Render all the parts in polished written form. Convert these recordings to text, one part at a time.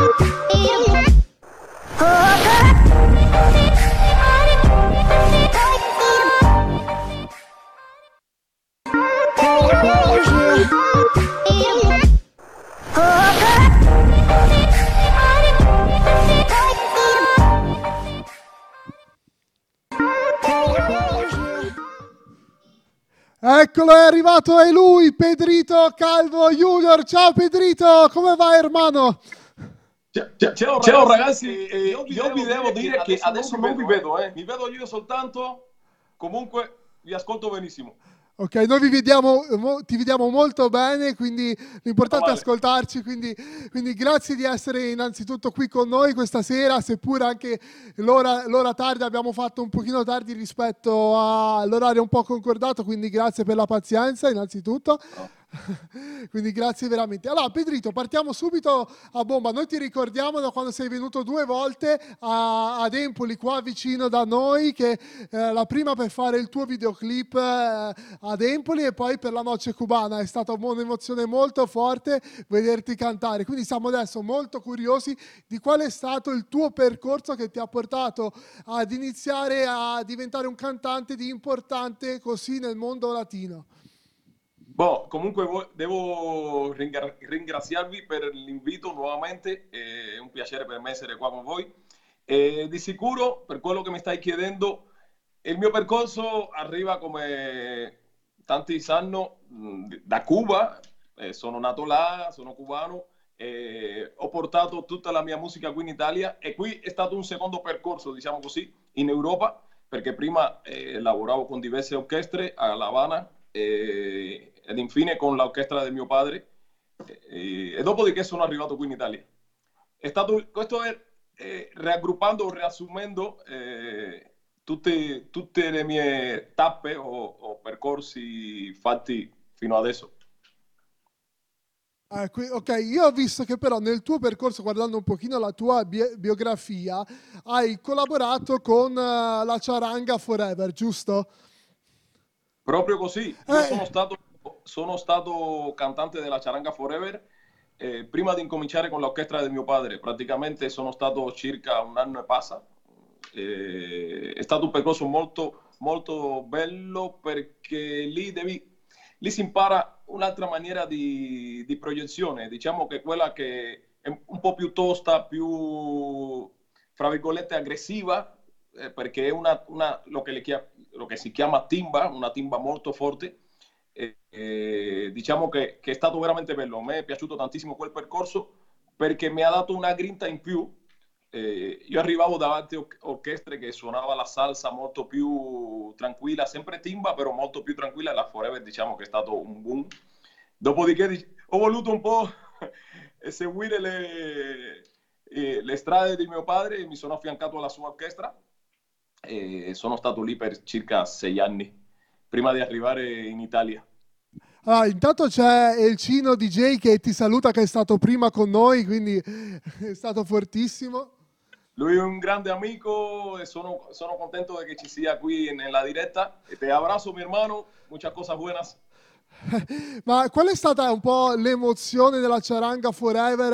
Eccolo, è arrivato, è lui, Pedrito Calvo Junior. Ciao Pedrito, come va, hermano? Ciao ragazzi, io vi devo dire che adesso non vi vedo, mi vedo io soltanto, comunque vi ascolto benissimo. Ok, noi ti vediamo molto bene, quindi l'importante è ascoltarci, quindi grazie di essere innanzitutto qui con noi questa sera, seppur anche l'ora tarda, abbiamo fatto un pochino tardi rispetto all'orario un po' concordato, quindi grazie per la pazienza innanzitutto. No. Quindi grazie veramente. Allora Pedrito, partiamo subito a bomba. Noi ti ricordiamo da quando sei venuto 2 volte ad Empoli, qua vicino da noi, che la prima per fare il tuo videoclip ad Empoli e poi per la Noce Cubana. È stata un'emozione molto forte vederti cantare, quindi siamo adesso molto curiosi di qual è stato il tuo percorso che ti ha portato ad iniziare a diventare un cantante di importante così nel mondo latino. Boh, comunque devo ringraziarvi per l'invito nuovamente, è un piacere per me essere qua con voi. Di sicuro, per quello che mi stai chiedendo, il mio percorso arriva, come tanti sanno, da Cuba. Sono nato là, sono cubano, ho portato tutta la mia musica qui in Italia e qui è stato un secondo percorso, diciamo così, in Europa, perché prima lavoravo con diverse orchestre a La Habana ed infine con l'orchestra del mio padre e dopodiché sono arrivato qui in Italia. Questo è raggruppando o riassumendo tutte le mie tappe o percorsi fatti fino adesso. Ok, io ho visto che però nel tuo percorso, guardando un pochino la tua biografia, hai collaborato con la Charanga Forever, giusto? Proprio così, io sono stato cantante della Charanga Forever prima di incominciare con l'orchestra del mio padre. Praticamente sono stato circa un anno e passa. È stato un percorso molto, molto bello perché lì si impara un'altra maniera di proiezione, diciamo che quella che è un po' più tosta, più, fra virgolette, aggressiva, perché è lo che si chiama timba, una timba molto forte. Diciamo che è stato veramente bello. A me è piaciuto tantissimo quel percorso perché mi ha dato una grinta in più. Io arrivavo davanti a orchestre che suonava la salsa molto più tranquilla, sempre timba, però molto più tranquilla, e la Forever diciamo che è stato un boom. Dopodiché ho voluto un po' seguire le strade di mio padre e mi sono affiancato alla sua orchestra e sono stato lì per circa 6 anni prima di arrivare in Italia. Ah, intanto c'è Elcino DJ che ti saluta, che è stato prima con noi, quindi è stato fortissimo. Lui è un grande amico e sono contento de que ci sia qui nella diretta. E te abrazo, mi hermano, muchas cosas buenas. Ma qual è stata un po' l'emozione della Charanga Forever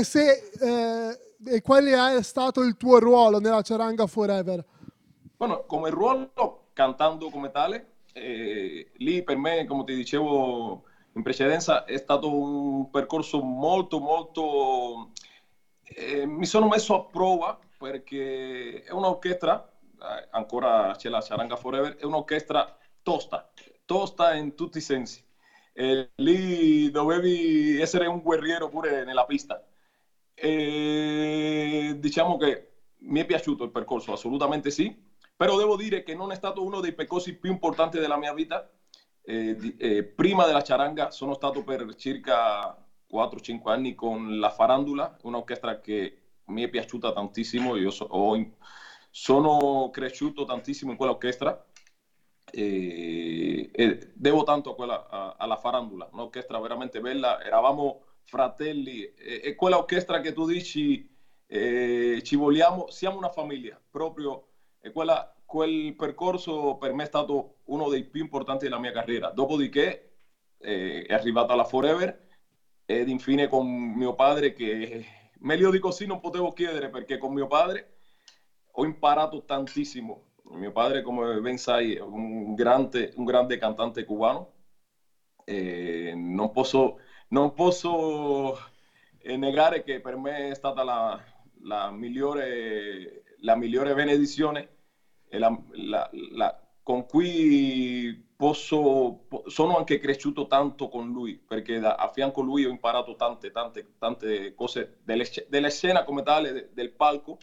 e qual è stato il tuo ruolo nella Charanga Forever? Bueno, come ruolo, cantando come tale, lì per me, come ti dicevo in precedenza, è stato un percorso molto, molto... mi sono messo a prova perché è un'orchestra, ancora c'è la Charanga Forever, è un'orchestra tosta, tosta in tutti i sensi. Lì dovevi essere un guerriero pure nella pista. Diciamo che mi è piaciuto il percorso, assolutamente sì, però devo dire che non è stato uno dei percorsi più importanti della mia vita. Prima della Charanga sono stato per circa 4-5 anni con la Farandula, un'orchestra che mi è piaciuta tantissimo. Io sono cresciuto tantissimo in quell'orchestra e devo tanto alla Farandula, un'orchestra veramente bella. Eravamo fratelli, è quella orchestra che tu dici ci vogliamo, siamo una famiglia, proprio quel percorso per me è stato uno dei più importanti della mia carriera. Dopodiché è arrivata la Forever ed infine con mio padre che meglio di così non potevo chiedere, perché con mio padre ho imparato tantissimo. Mio padre, come ben sai, è un grande cantante cubano. Non posso negare che per me è stata la migliore benedizione e con cui sono anche cresciuto tanto con lui, perché a fianco a lui ho imparato tante cose della scena come tale, del palco.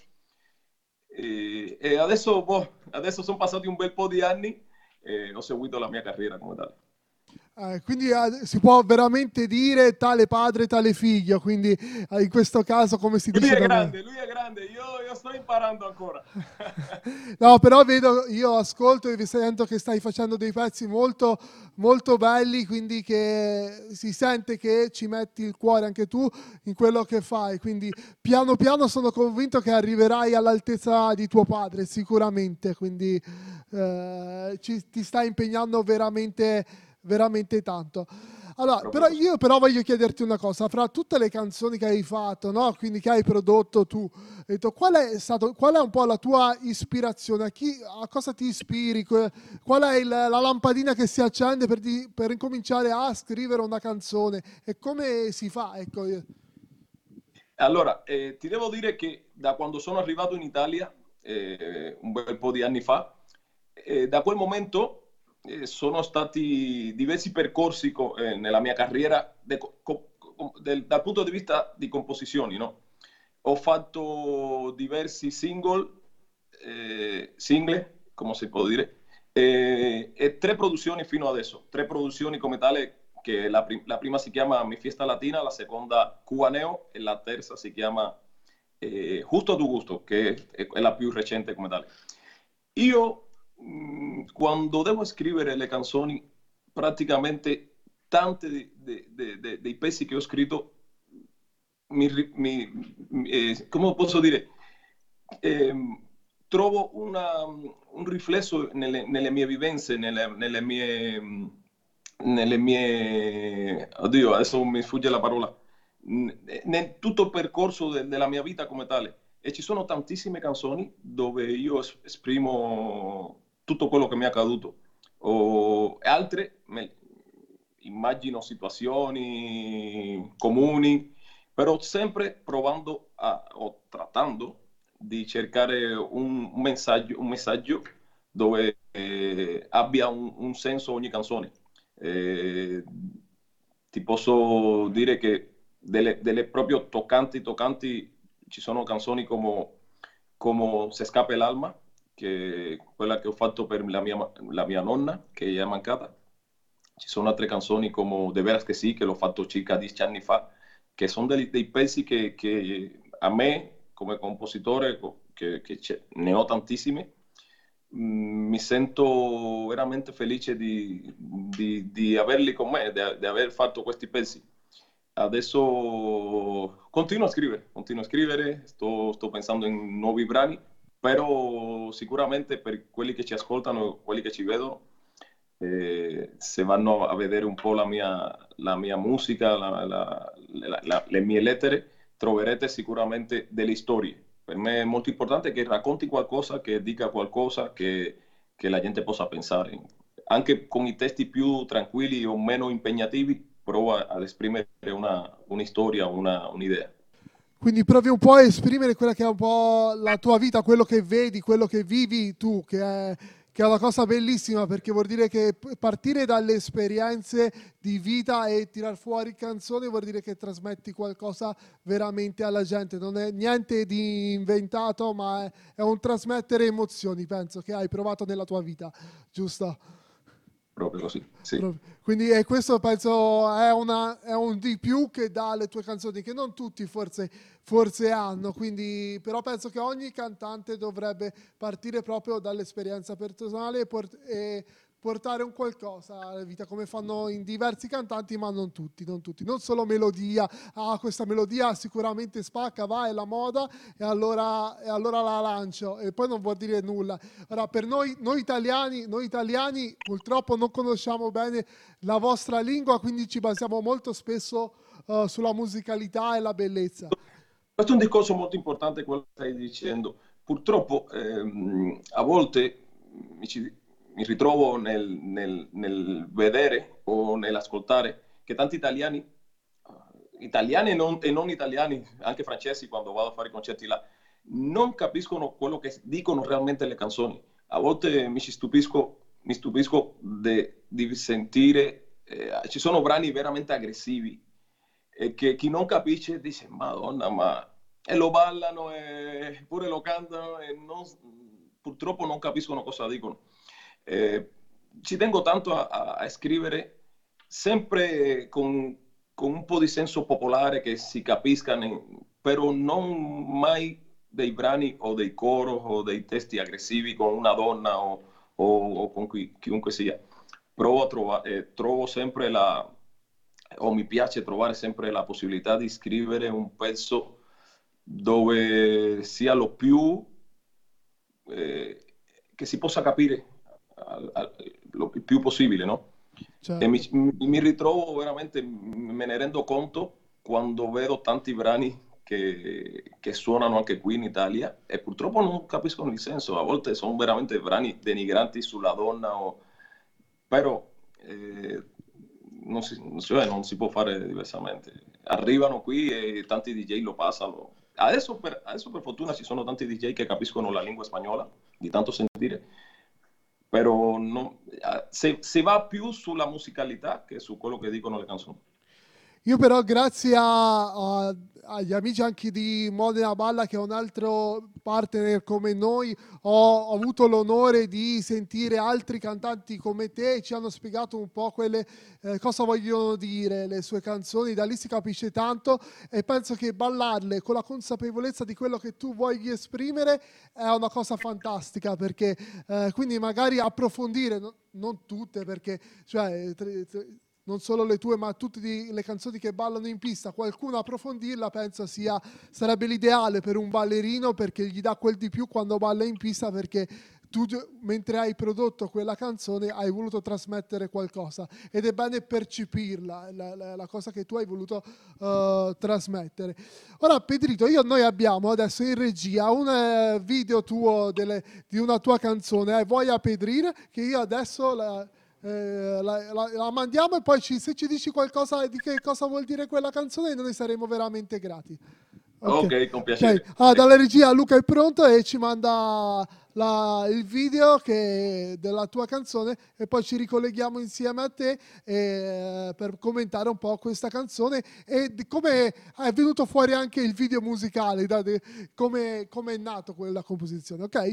E adesso sono passati un bel po' di anni e ho seguito la mia carriera come tale. Quindi si può veramente dire tale padre, tale figlio, quindi in questo caso come si dice da me. Lui è grande, io sto imparando ancora. No, però vedo, io ascolto e vi sento che stai facendo dei pezzi molto, molto belli, quindi che si sente che ci metti il cuore anche tu in quello che fai, quindi piano piano sono convinto che arriverai all'altezza di tuo padre, sicuramente, quindi ti stai impegnando veramente, veramente tanto. Allora, però voglio chiederti una cosa, fra tutte le canzoni che hai fatto, no? Quindi che hai prodotto tu, ho detto, qual è un po' la tua ispirazione? A cosa ti ispiri? Qual è la lampadina che si accende per incominciare a scrivere una canzone? E come si fa? Ecco. Allora, ti devo dire che da quando sono arrivato in Italia, un bel po' di anni fa, da quel momento sono stati diversi percorsi nella mia carriera dal punto di vista di composizioni, no? Ho fatto diversi single, come si può dire, e 3 produzioni fino adesso, 3 produzioni come tale, che la prima si chiama Mi Fiesta Latina, la seconda Cubaneo e la terza si chiama Justo a tu gusto, che è la più recente come tale. Io quando devo scrivere le canzoni, praticamente tante dei pezzi che ho scritto come posso dire, trovo un riflesso nelle mie vivenze, oddio, adesso mi sfugge la parola, nel tutto il percorso della mia vita come tale. E ci sono tantissime canzoni dove io esprimo tutto quello che mi è accaduto, o altre immagino situazioni comuni, però sempre provando o trattando di cercare un messaggio dove abbia un senso ogni canzone. Eh, Ti posso dire che delle proprio toccanti, ci sono canzoni come Se scappa l'alma, che è quella che ho fatto per la mia nonna, che è mancata. Ci sono altre canzoni come De veras che sì, che l'ho fatto circa 10 anni fa, che sono dei pezzi che a me, come compositore, ne ho tantissimi, mi sento veramente felice di averli con me, di aver fatto questi pezzi. Adesso continuo a scrivere, sto pensando in nuovi brani, però sicuramente per quelli che ci ascoltano, quelli che ci vedono, se vanno a vedere un po' la mia musica, le mie lettere, troverete sicuramente delle storie. Per me è molto importante che racconti qualcosa, che dica qualcosa che la gente possa pensare. Anche con i testi più tranquilli o meno impegnativi, prova ad esprimere una storia, un'idea. Quindi provi un po' a esprimere quella che è un po' la tua vita, quello che vedi, quello che vivi tu, che è una cosa bellissima, perché vuol dire che partire dalle esperienze di vita e tirar fuori canzoni vuol dire che trasmetti qualcosa veramente alla gente. Non è niente di inventato, ma è un trasmettere emozioni, penso, che hai provato nella tua vita, giusto? Proprio così, sì. Quindi questo penso è un di più che dà le tue canzoni, che non tutti forse hanno, quindi, però penso che ogni cantante dovrebbe partire proprio dall'esperienza personale e portare un qualcosa alla vita, come fanno in diversi cantanti, ma non tutti, non tutti. Non solo melodia, questa melodia sicuramente spacca, va, è la moda, e allora la lancio, e poi non vuol dire nulla. Ora, per noi italiani purtroppo non conosciamo bene la vostra lingua, quindi ci basiamo molto spesso sulla musicalità e la bellezza. questo è un discorso molto importante quello che stai dicendo. Purtroppo a volte mi ritrovo nel vedere o nell'ascoltare che tanti italiani e non italiani, anche francesi, quando vado a fare i concerti là, non capiscono quello che dicono realmente le canzoni. A volte mi stupisco di sentire, ci sono brani veramente aggressivi e che chi non capisce dice Madonna, ma e lo ballano e pure lo cantano e purtroppo non capiscono cosa dicono. Ci tengo tanto a scrivere sempre con un po' di senso popolare che si capiscano, però non mai dei brani o dei coro o dei testi aggressivi con una donna o con chiunque sia. Trovo sempre mi piace trovare sempre la possibilità di scrivere un pezzo dove sia lo più che si possa capire il più possibile, no? Certo. E mi ritrovo veramente, me ne rendo conto quando vedo tanti brani che suonano anche qui in Italia e purtroppo non capiscono il senso. A volte sono veramente brani denigranti sulla donna, però non si può fare diversamente. Arrivano qui e tanti DJ lo passano. Adesso per fortuna ci sono tanti DJ che capiscono la lingua spagnola, di tanto sentire, però si va più sulla musicalità che su quello che dicono le canzoni. Io però grazie agli amici anche di Modena Balla, che è un altro partner come noi, ho avuto l'onore di sentire altri cantanti come te e ci hanno spiegato un po' cosa vogliono dire le sue canzoni. Da lì si capisce tanto e penso che ballarle con la consapevolezza di quello che tu vuoi esprimere è una cosa fantastica, perché quindi magari approfondire, non tutte, perché cioè non solo le tue, ma tutte le canzoni che ballano in pista, qualcuno approfondirla penso sarebbe l'ideale per un ballerino, perché gli dà quel di più quando balla in pista, perché tu mentre hai prodotto quella canzone hai voluto trasmettere qualcosa ed è bene percepirla, la cosa che tu hai voluto trasmettere. Ora Pedrito, noi abbiamo adesso in regia un video tuo di una tua canzone, Vuoi a Pedrir, che io adesso la mandiamo e poi se ci dici qualcosa di che cosa vuol dire quella canzone noi saremo veramente grati. Ok, con piacere. Dalla regia Luca è pronto e ci manda il video della tua canzone e poi ci ricolleghiamo insieme a te per commentare un po' questa canzone e come è venuto fuori anche il video musicale, come è nato quella composizione, ok?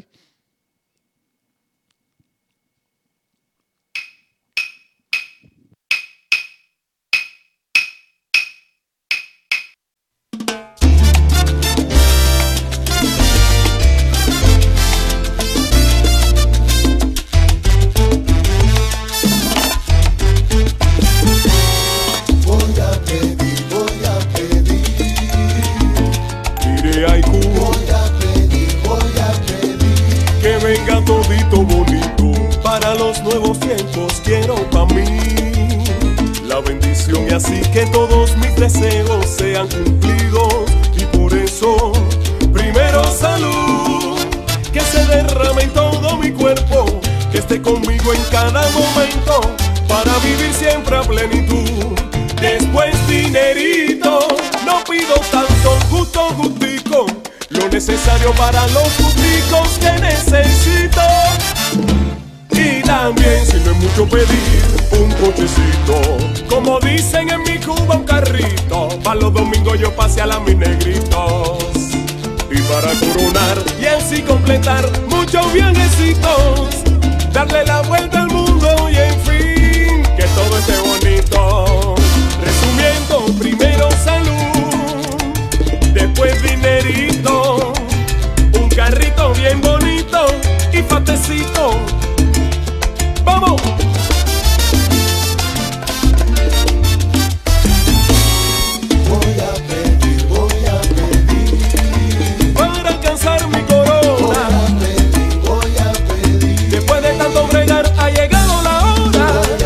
Todito bonito para los nuevos tiempos quiero pa' mí la bendición y así que todos mis deseos sean cumplidos y por eso primero salud que se derrame en todo mi cuerpo, que esté conmigo en cada momento para vivir siempre a plenitud. Después dinerito, no pido tanto, gustico, lo necesario para los gusticos que necesito. Y también, si no es mucho pedir, un cochecito, como dicen en mi Cuba, un carrito, para los domingos yo paseo a mis negritos. Y para coronar y así completar muchos viajecitos, darle la vuelta al mundo y en fin, que todo esté bonito. Resumiendo, primero salud, después dinerito, un carrito bien bonito y fatecito. ¡Vamos! Voy a pedir para alcanzar mi corona. voy a pedir Después de tanto bregar ha llegado la hora.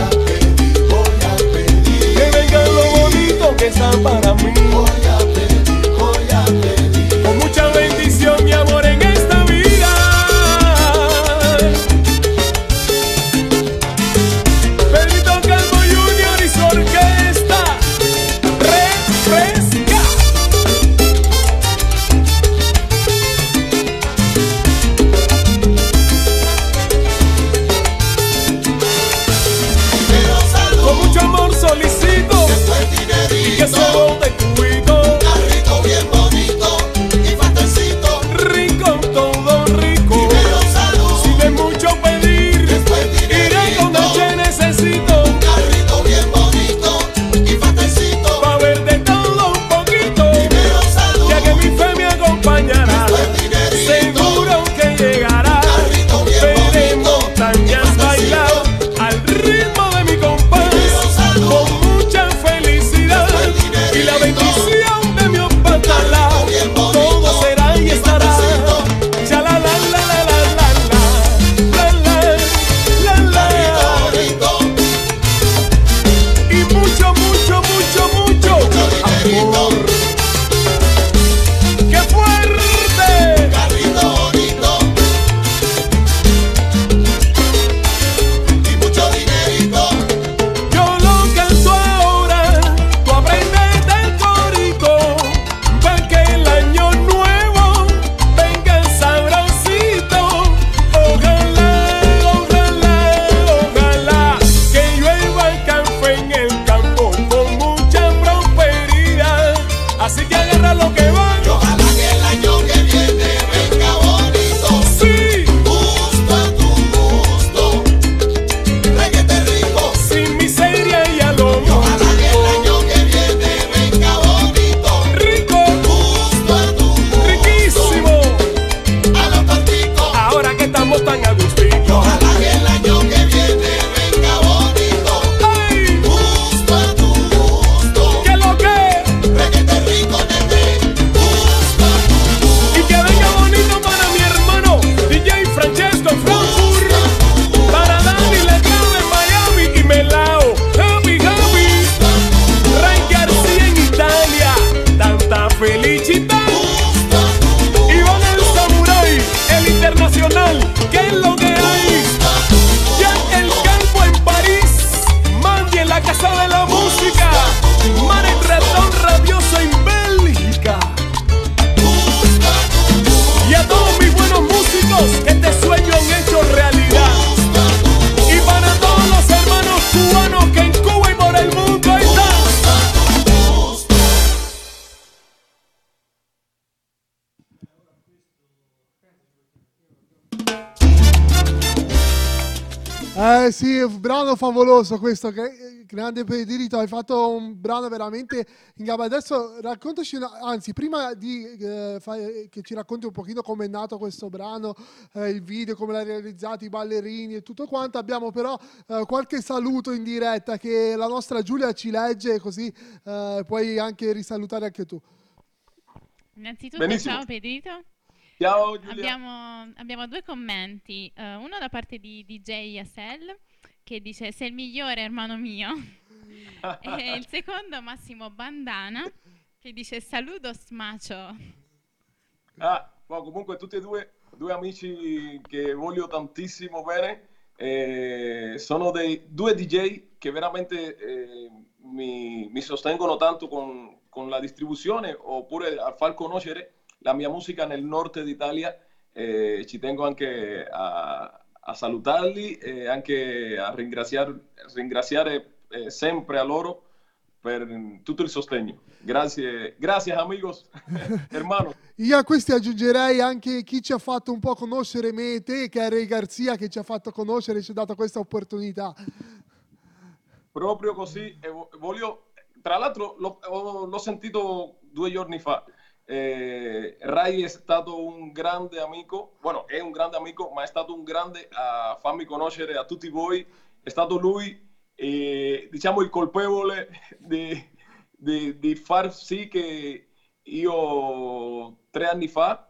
Sì, è un brano favoloso questo, grande Pedrito, hai fatto un brano veramente in gamba. Adesso raccontaci, anzi, prima che ci racconti un pochino come è nato questo brano, il video, come l'hai realizzato, i ballerini e tutto quanto, abbiamo però qualche saluto in diretta che la nostra Giulia ci legge, così puoi anche risalutare anche tu. Innanzitutto, Benissimo. ciao Pedrito. Ciao Giulia. Abbiamo due commenti, uno da parte di DJ Yasel che dice sei il migliore hermano mio e il secondo Massimo Bandana che dice saludos macho. Comunque tutti e due amici che voglio tantissimo bene, sono due DJ che veramente mi sostengono tanto con la distribuzione oppure a far conoscere la mia musica nel nord d'Italia. Ci tengo anche a salutarli e anche a ringraziare sempre a loro per tutto il sostegno. Grazie amigos, hermanos. Io a questi aggiungerei anche chi ci ha fatto un po' conoscere me e te, che è Ray Garzia, che ci ha fatto conoscere, ci ha dato questa opportunità. Proprio così, tra l'altro l'ho sentito 2 giorni fa. Ray è stato un grande amico, è un grande amico, ma è stato un grande a farmi conoscere a tutti voi. È stato lui, diciamo, il colpevole di far sì che io 3 anni fa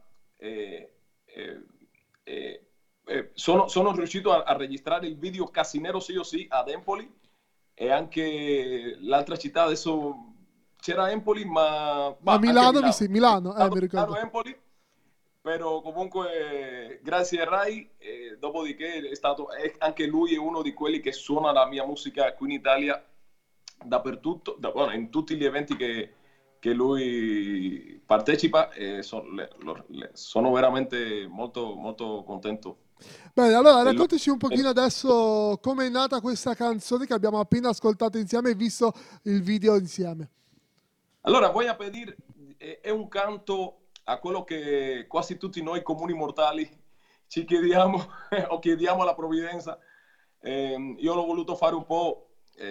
sono riuscito a registrare il video Casinero sì o sì ad Empoli e anche l'altra città adesso. C'era Empoli, ma Milano, Milano, mi ricordo. Empoli, però comunque grazie a Rai, dopodiché è anche lui è uno di quelli che suona la mia musica qui in Italia dappertutto, in tutti gli eventi che lui partecipa, sono veramente molto, molto contento. Bene, allora raccontaci un pochino adesso come è nata questa canzone che abbiamo appena ascoltato insieme e visto il video insieme. Allora, voy a pedir, è un canto a quello che quasi tutti noi comuni mortali ci chiediamo o chiediamo alla provvidenza. Io l'ho voluto fare un po',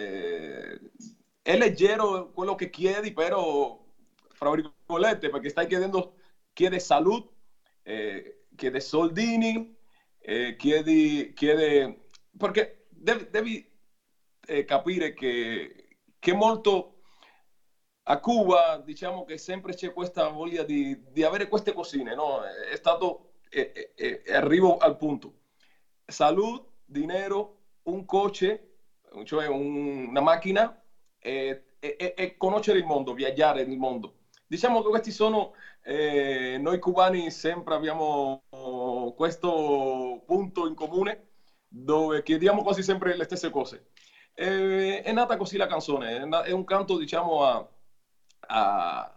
è leggero quello che chiedi, però, fra virgolette, perché chiede salud, chiede soldini, chiede, perché devi capire che molto a Cuba, diciamo che sempre c'è questa voglia di avere queste cosine, no? È stato, arrivo al punto. Salud, dinero, un coche, cioè una macchina e conoscere il mondo, viaggiare nel mondo. Diciamo che questi sono, noi cubani sempre abbiamo questo punto in comune dove chiediamo quasi sempre le stesse cose. È nata così la canzone, è un canto, diciamo, a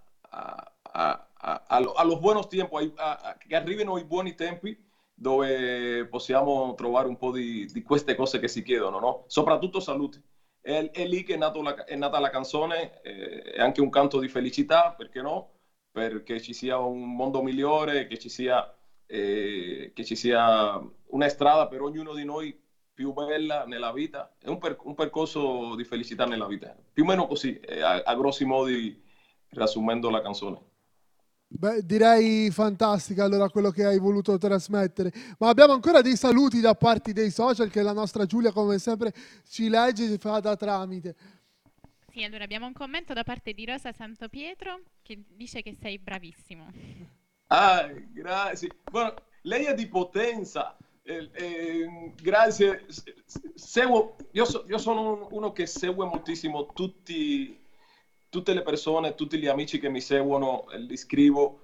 los buenos tiempos, che arrivino i buoni tempi dove possiamo trovare un po' di queste cose che si chiedono, no? Soprattutto salute. È lì che è nata la canzone, è anche un canto di felicità, perché no? Perché ci sia un mondo migliore, che ci sia una strada per ognuno di noi più bella nella vita, è un percorso di felicità nella vita, più o meno così, a grossi modi, riassumendo la canzone. Beh, direi fantastica allora quello che hai voluto trasmettere, ma abbiamo ancora dei saluti da parte dei social che la nostra Giulia come sempre ci legge e ci fa da tramite. Sì, allora abbiamo un commento da parte di Rosa Santopietro che dice che sei bravissimo. Grazie. Bueno, lei è di Potenza. Grazie. Io sono uno che segue moltissimo tutte le persone, tutti gli amici che mi seguono, li scrivo,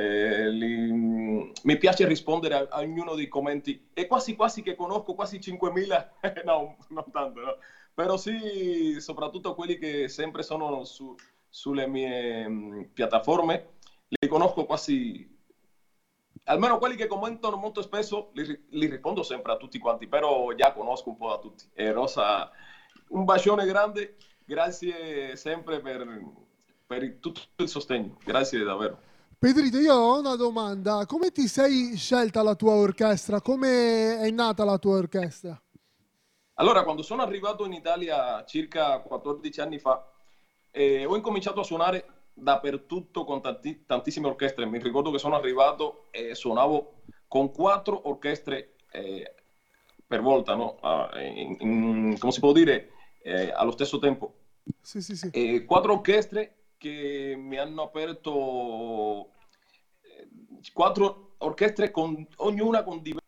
mi piace rispondere a ognuno dei commenti e quasi che conosco quasi 5.000, no, non tanto, no. Però sì, soprattutto quelli che sempre sono sulle mie piattaforme, li conosco quasi, almeno quelli che commentano molto spesso, li rispondo sempre a tutti quanti, però già conosco un po' da tutti. Rosa, un bacione grande. Grazie sempre per tutto il sostegno, grazie davvero. Pedrito, io ho una domanda, come ti sei scelta la tua orchestra? Come è nata la tua orchestra? Allora, quando sono arrivato in Italia circa 14 anni fa, ho incominciato a suonare dappertutto con tantissime orchestre. Mi ricordo che sono arrivato e suonavo con 4 orchestre per volta, no? Come si può dire, allo stesso tempo. Sì, sì, sì. 4 orchestre che mi hanno aperto 4 orchestre ognuna con diverse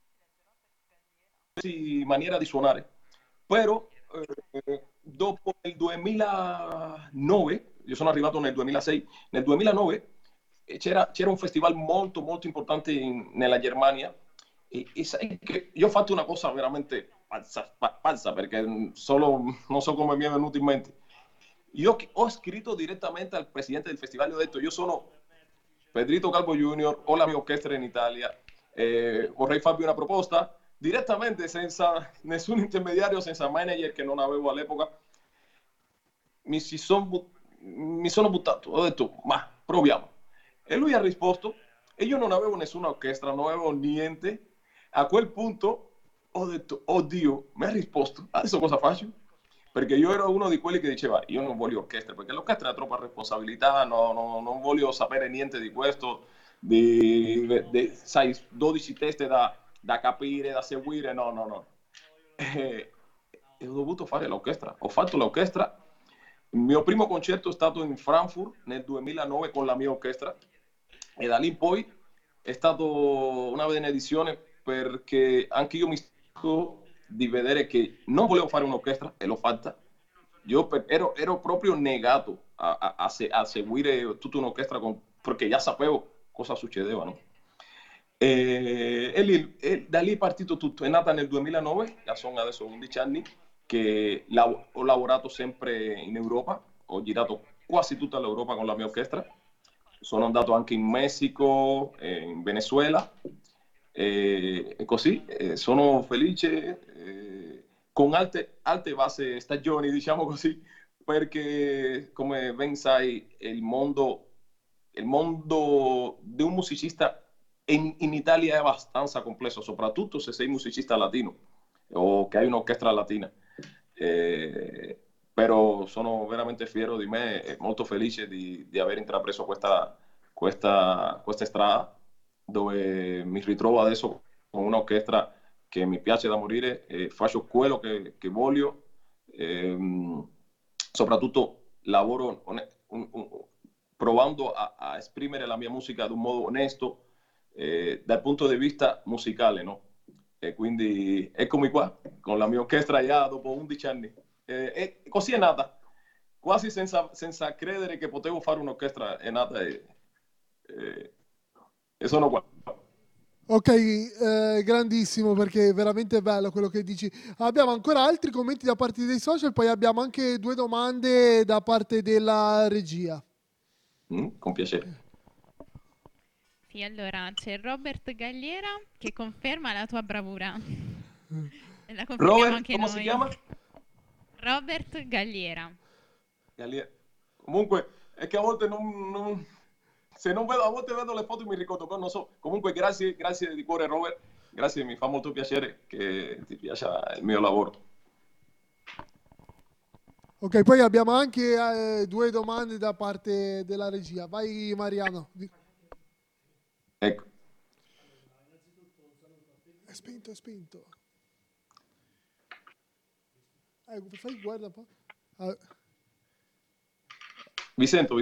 maniere di suonare. Però dopo il 2009, io sono arrivato nel 2006, nel 2009 c'era un festival molto molto importante nella Germania e sai che io ho fatto una cosa veramente pazza perché solo non so come mi è venuto in mente. Io ho scritto direttamente al presidente del festival e ho detto: io sono Pedrito Calvo Junior, ho la mia orchestra in Italia, vorrei farvi una proposta direttamente senza nessun intermediario, senza manager che non avevo all'epoca. Mi sono buttato, ho detto ma proviamo. E lui ha risposto e io non avevo nessuna orchestra, non avevo niente. A quel punto ho detto oddio, mi ha risposto, adesso cosa faccio? Perché io ero uno di quelli che diceva io non voglio orchestra, perché l'orchestra ha troppa responsabilità, non voglio sapere niente di questo, sai, 12 teste da capire, da seguire, no. E ho dovuto fare l'orchestra, ho fatto l'orchestra. Il mio primo concerto è stato in Frankfurt nel 2009 con la mia orchestra e da lì in poi è stata una benedizione perché anche io mi sento di vedere che non volevo fare un'orchestra e l'ho fatta. Io ero proprio negato a seguire tutta un'orchestra perché già sapevo cosa succedeva, no? E da lì è partito tutto. È nata nel 2009, già sono adesso 11 anni che ho lavorato sempre in Europa, ho girato quasi tutta l'Europa con la mia orchestra, sono andato anche in Messico, in Venezuela e così sono felice con alte base stagioni, diciamo così, perché come ben sai il mondo di un musicista in Italia è abbastanza complesso, soprattutto se sei musicista latino o che hai un'orchestra latina. Però sono veramente fiero di me e molto felice di aver intrapreso questa strada dove mi ritrovo adesso con un'orchestra che mi piace da morire e faccio quello che voglio. Soprattutto lavoro provando a esprimere la mia musica ad un modo onesto dal punto di vista musicale, no? E quindi eccomi qua con la mia orchestra già dopo 11 anni. E così è nata, quasi senza credere che potevo fare un'orchestra, è nata e sono qua. Ok, grandissimo, perché è veramente bello quello che dici. Abbiamo ancora altri commenti da parte dei social, poi abbiamo anche 2 domande da parte della regia. Con piacere. Sì, allora c'è Robert Galliera che conferma la tua bravura. E la confermiamo Robert, anche come noi. si chiama? Robert Galliera. Comunque è che a volte se non vedo, a volte vedo le foto e mi ricordo, però non so. Comunque grazie di cuore Robert, grazie, mi fa molto piacere che ti piaccia il mio lavoro. Ok, poi abbiamo anche 2 domande da parte della regia. Vai Mariano. Ecco. È spento. Fai, guarda un po'. Vi sento.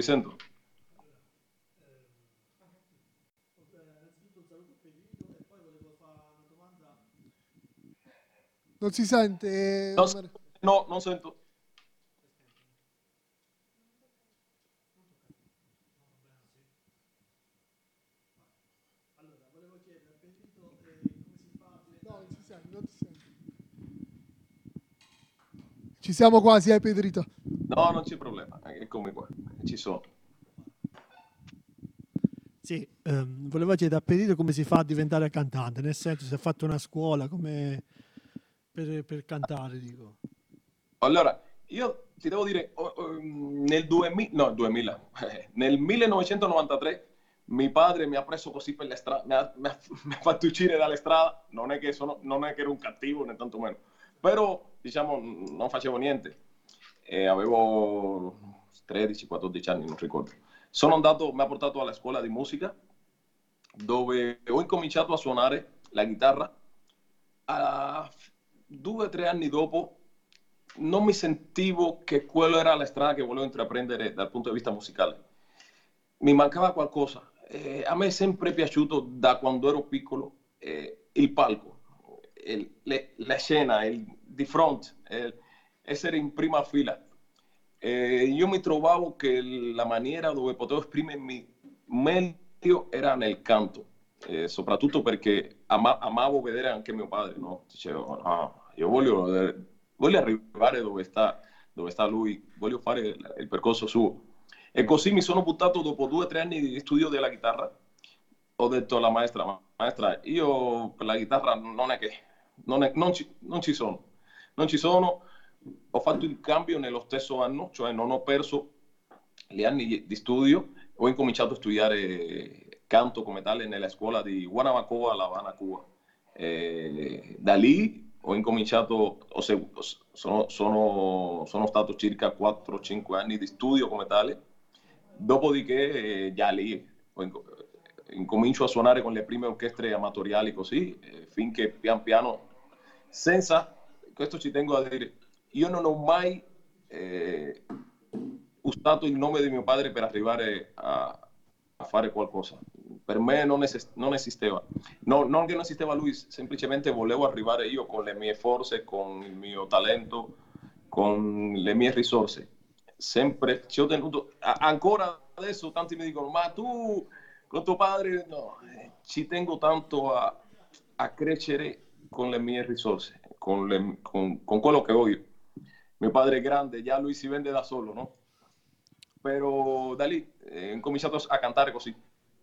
Non si sente? No, non sento. Allora, volevo chiedere a Pedrito come si fa a diventare... No, non ti sento. Ci siamo quasi, Pedrito. No, non c'è problema, eccomi qua, ci sono. Sì, volevo chiedere a Pedrito come si fa a diventare cantante, nel senso se ha fatto una scuola come per cantare, dico. Allora, io ti devo dire, nel 1993 mio padre mi ha preso così per le strade, mi ha fatto uscire dalle strade, non è che ero un cattivo né tanto meno, Però, diciamo, non facevo niente. Avevo 13-14 anni, non ricordo. Mi ha portato alla scuola di musica, dove ho incominciato a suonare la chitarra. A 2 o 3 anni dopo non mi sentivo che quella era la strada che volevo intraprendere dal punto di vista musicale. Mi mancava qualcosa. A me è sempre piaciuto da quando ero piccolo il palco, la scena, il di fronte, essere in prima fila. Io mi trovavo che la maniera dove potevo esprimermi meglio era nel canto, soprattutto perché amavo vedere anche mio padre, no? Dicevo, no, io voglio arrivare dove sta lui, voglio fare il percorso suo. E così mi sono buttato dopo 2 o 3 anni di studio della chitarra. Ho detto alla maestra, io per la chitarra non è che, non ci sono. Non ci sono. Ho fatto il cambio nello stesso anno, cioè non ho perso gli anni di studio. Ho incominciato a studiare canto come tale nella scuola di Guanabacoa, La Habana, Cuba. Da lì ho incominciato, sono stato circa 4-5 anni di studio come tale. Dopodiché già lì incomincio a suonare con le prime orchestre amatoriali così, finché pian piano, questo ci tengo a dire, io non ho mai usato il nome di mio padre per arrivare a fare qualcosa. Per me non esisteva. No, non che non esisteva lui, semplicemente volevo arrivare io con le mie forze, con il mio talento, con le mie risorse. Sempre ci ho tenuto, ancora adesso tanti mi dicono, ma tu con tuo padre, no, ci tengo tanto a crescere con le mie risorse, con quello che ho io. Mio padre è grande, già lui si vende da solo, no? Però da lì ho cominciato a cantare così,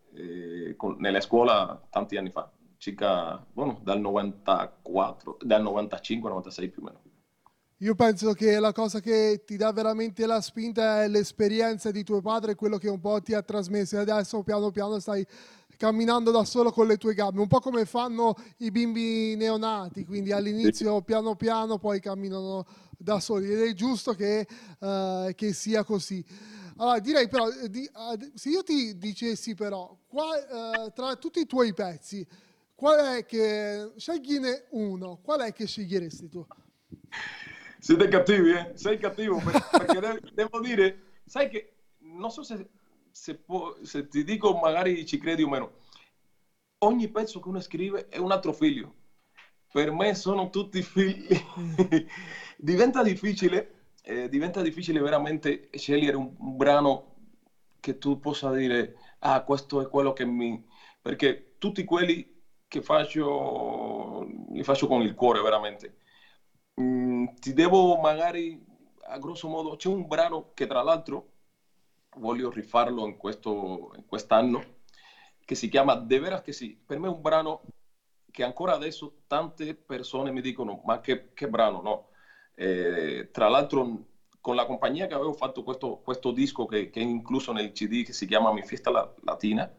nella scuola tanti anni fa, circa, bueno, dal 94, dal 95-96 più o meno. Io penso che la cosa che ti dà veramente la spinta è l'esperienza di tuo padre, quello che un po' ti ha trasmesso e adesso piano piano stai camminando da solo con le tue gambe, un po' come fanno i bimbi neonati, quindi all'inizio piano piano poi camminano da soli ed è giusto che sia così. Allora direi però, se io ti dicessi però, tra tutti i tuoi pezzi, scegliene uno, qual è che sceglieresti tu? Siete cattivi, eh? Sei cattivo, perché devo dire, sai che, non so se ti dico magari ci credi o meno, ogni pezzo che uno scrive è un altro figlio. Per me sono tutti figli. Diventa difficile veramente scegliere un brano che tu possa dire, questo è quello che Perché tutti quelli che faccio, li faccio con il cuore veramente. Ti devo magari, a grosso modo, c'è un brano che tra l'altro voglio rifarlo in quest'anno, che si chiama De Veras che sì. Per me è un brano che ancora adesso tante persone mi dicono, ma che brano, no? Tra l'altro con la compagnia che avevo fatto questo disco che è incluso nel CD, che si chiama Mi Fiesta Latina,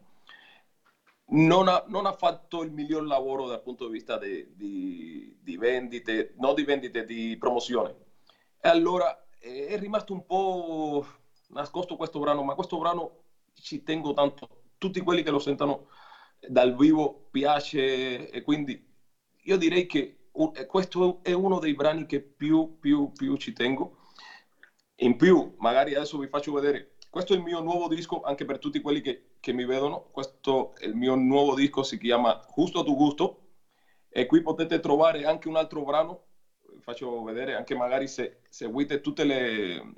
non ha fatto il miglior lavoro dal punto di vista di vendite, non di vendite, di promozione. E allora è rimasto un po' nascosto questo brano, ma questo brano ci tengo tanto. Tutti quelli che lo sentono dal vivo piace, e quindi io direi che questo è uno dei brani che più ci tengo. In più, magari adesso vi faccio vedere, questo è il mio nuovo disco, anche per tutti quelli che mi vedono. Questo è il mio nuovo disco, si chiama Justo a tu gusto, e qui potete trovare anche un altro brano. Vi faccio vedere, anche magari se seguite tutte le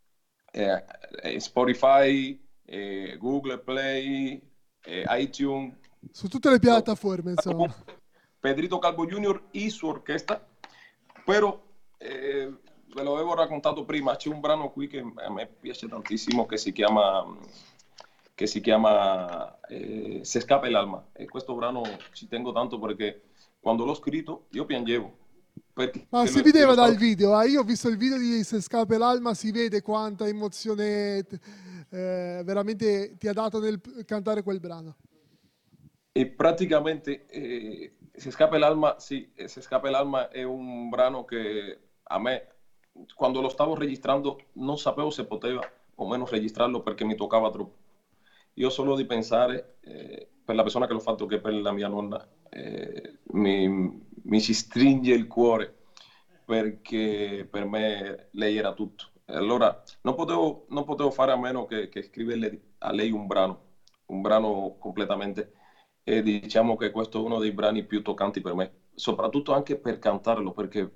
Spotify, Google Play, iTunes, su tutte le piattaforme, insomma. Pedrito Calvo Jr. e su orchestra. Però ve lo avevo raccontato prima, c'è un brano qui che a me piace tantissimo, che si chiama Se scapa el alma, e questo brano ci tengo tanto perché quando l'ho scritto io piangevo. Ma si vedeva dal video, io ho visto il video di Se scapa l'alma, si vede quanta emozione veramente ti ha dato nel cantare quel brano. E praticamente Se scappa l'alma, sì, Se scappa l'alma è un brano che a me, quando lo stavo registrando, non sapevo se poteva o meno registrarlo perché mi toccava troppo. Io solo di pensare, per la persona che l'ho fatto, che è per la mia nonna, mi si stringe il cuore perché per me lei era tutto. Allora non potevo fare a meno che scriverle a lei un brano completamente. E diciamo che questo è uno dei brani più toccanti per me, soprattutto anche per cantarlo,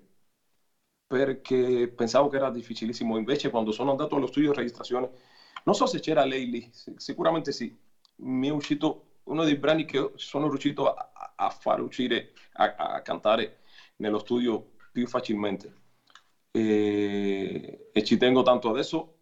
perché pensavo che era difficilissimo. Invece, quando sono andato allo studio di registrazione, non so se c'era lei lì, sicuramente sì. Mi è uscito uno dei brani che sono riuscito a far uscire, a cantare nello studio più facilmente. E ci tengo tanto adesso.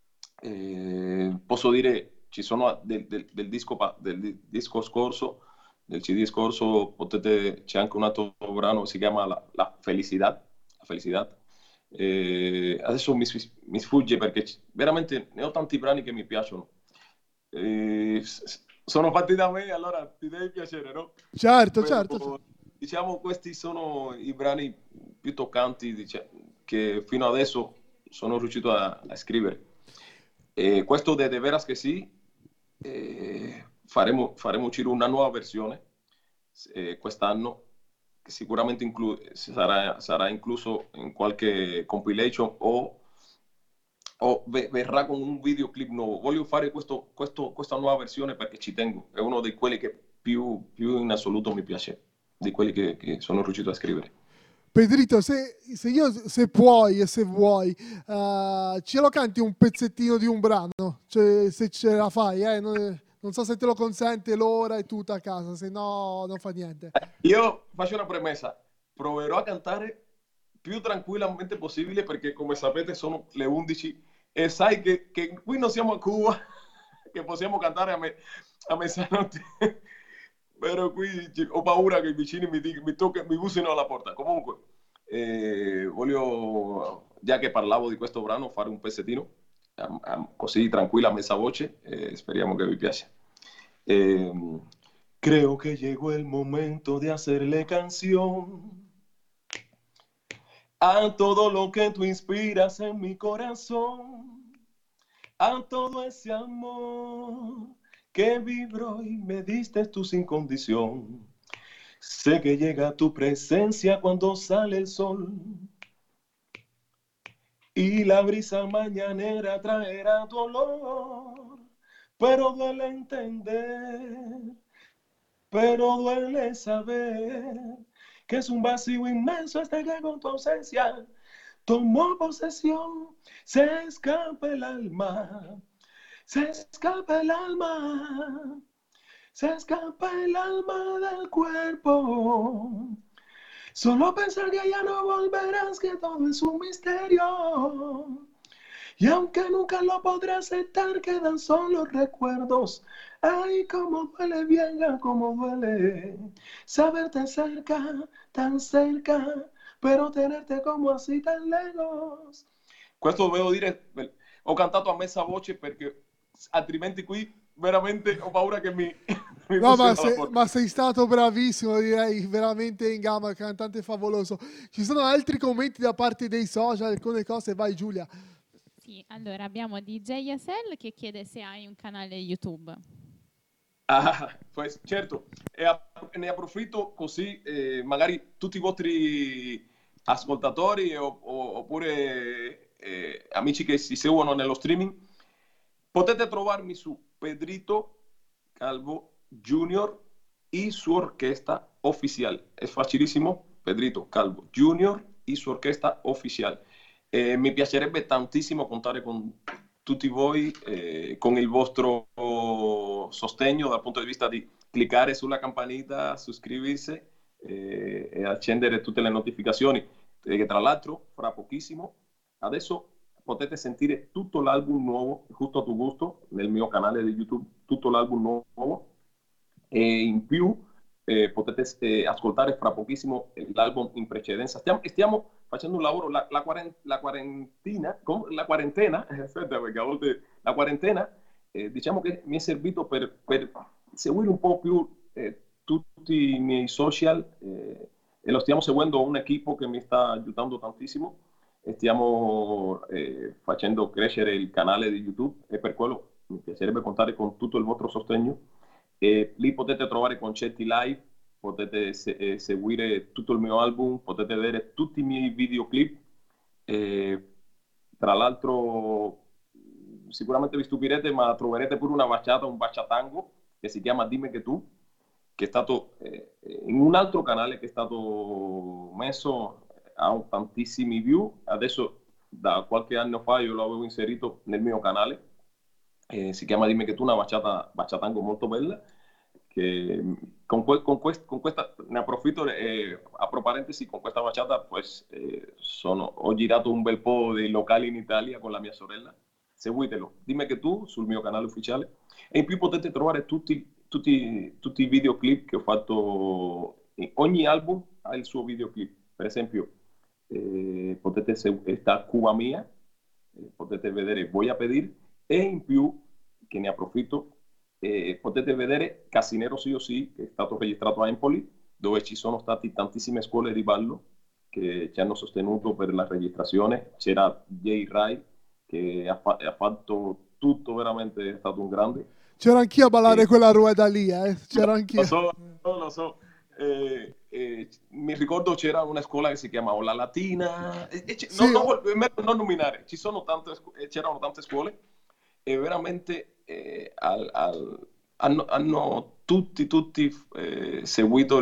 Posso dire, ci sono del disco scorso, del CD scorso, c'è anche un altro brano che si chiama La Felicidad. La Felicidad. Adesso mi sfugge perché veramente ne ho tanti brani che mi piacciono. Sono fatti da me, allora ti deve piacere, no? Certo, Però, certo. diciamo, questi sono i brani più toccanti, che fino adesso sono riuscito a scrivere. Questo de veras che sì, faremo uscire una nuova versione quest'anno, che sicuramente sarà incluso in qualche compilation o verrà con un videoclip nuovo. Voglio fare questa nuova versione perché ci tengo, è uno di quelli che più in assoluto mi piace, di quelli che sono riuscito a scrivere. Pedrito, se puoi e se vuoi, ce lo canti un pezzettino di un brano, cioè, se ce la fai, non so se te lo consente l'ora e tutto a casa, se no non fa niente. Io faccio una premessa, proverò a cantare più tranquillamente possibile perché come sapete sono le 11 e sai che qui non siamo a Cuba, che possiamo cantare a mezzanotte, però qui ho paura che i vicini mi bussino alla porta. Comunque, voglio, già che parlavo di questo brano, fare un pezzettino, così tranquilla a mezza voce, speriamo che vi piaccia. Creo que llegó el momento de hacerle canción a todo lo que tú inspiras en mi corazón, a todo ese amor que vibró y me diste tú sin condición. Sé que llega tu presencia cuando sale el sol y la brisa mañanera traerá tu olor, pero duele entender, pero duele saber que es un vacío inmenso este que con tu ausencia tomó posesión. Se escapa el alma, se escapa el alma, se escapa el alma del cuerpo. Solo pensar que ya no volverás, que todo es un misterio. Y aunque nunca lo podré aceptar, quedan solo recuerdos. Ay, cómo duele, vieja, cómo duele saberte cerca, tan cerca, però tenerte como así tan lejos. Questo dovevo dire, ho cantato a mezza voce perché altrimenti qui veramente ho paura che mi No, ma sei stato bravissimo, direi veramente in gamba, cantante favoloso. Ci sono altri commenti da parte dei social, alcune cose, vai Giulia. Sì, allora abbiamo DJ Yasel che chiede se hai un canale YouTube. Pues certo, ne approfitto così magari tutti i vostri ascoltatori oppure amici che si seguono nello streaming potete trovarmi su Pedrito Calvo Junior y su orquesta oficial. Es facilissimo, Pedrito Calvo Junior y su orquesta oficial. Mi piacerebbe tantissimo contare con tutti voi, con il vostro sostegno dal punto di vista di cliccare sulla campanita, iscriversi e accendere tutte le notificazioni. Che tra l'altro, fra pochissimo, adesso potete sentire tutto l'album nuovo, giusto a tuo gusto, nel mio canale di YouTube, tutto l'album nuovo. E in più potete ascoltare fra pochissimo l'album in precedenza. Stiamo facendo un lavoro, la quarantena, aspetta perché a volte la quarantena diciamo che mi è servito per seguire un po' più tutti i miei social e lo stiamo seguendo un equipo che mi sta aiutando tantissimo e stiamo facendo crescere il canale di YouTube e per quello mi piacerebbe contare con tutto il vostro sostegno. Lì potete trovare concetti live, potete seguire tutto il mio album, potete vedere tutti i miei videoclip. Tra l'altro sicuramente vi stupirete, ma troverete pure una baciata, un baciatango che si chiama Dimmi che tu, che è stato in un altro canale che è stato messo, ha tantissimi view. Adesso da qualche anno fa io l'avevo inserito nel mio canale, si chiama Dimmi che tu, una baciatango molto bella, che con questa ne approfitto, apro parentesi, con questa baciata pues, ho girato un bel po' dei locali in Italia con la mia sorella. Seguitelo, Dimmi che tu, sul mio canale ufficiale, e in più potete trovare tutti i videoclip che ho fatto. Ogni album ha il suo videoclip. Per esempio potete sta Cuba Mia, potete vedere Voy a Pedir, e in più, che ne approfitto, potete vedere Casinero sì o sì, che è stato registrato a Empoli, dove ci sono state tantissime scuole di ballo che ci hanno sostenuto per la registrazione. C'era Jay Rai che ha fatto tutto, veramente è stato un grande. C'era anch'io a ballare quella rueda lì, c'era anch'io. Lo so. Mi ricordo c'era una scuola che si chiamava La Latina, Sì. non nominare, c'erano tante scuole e veramente hanno tutti seguito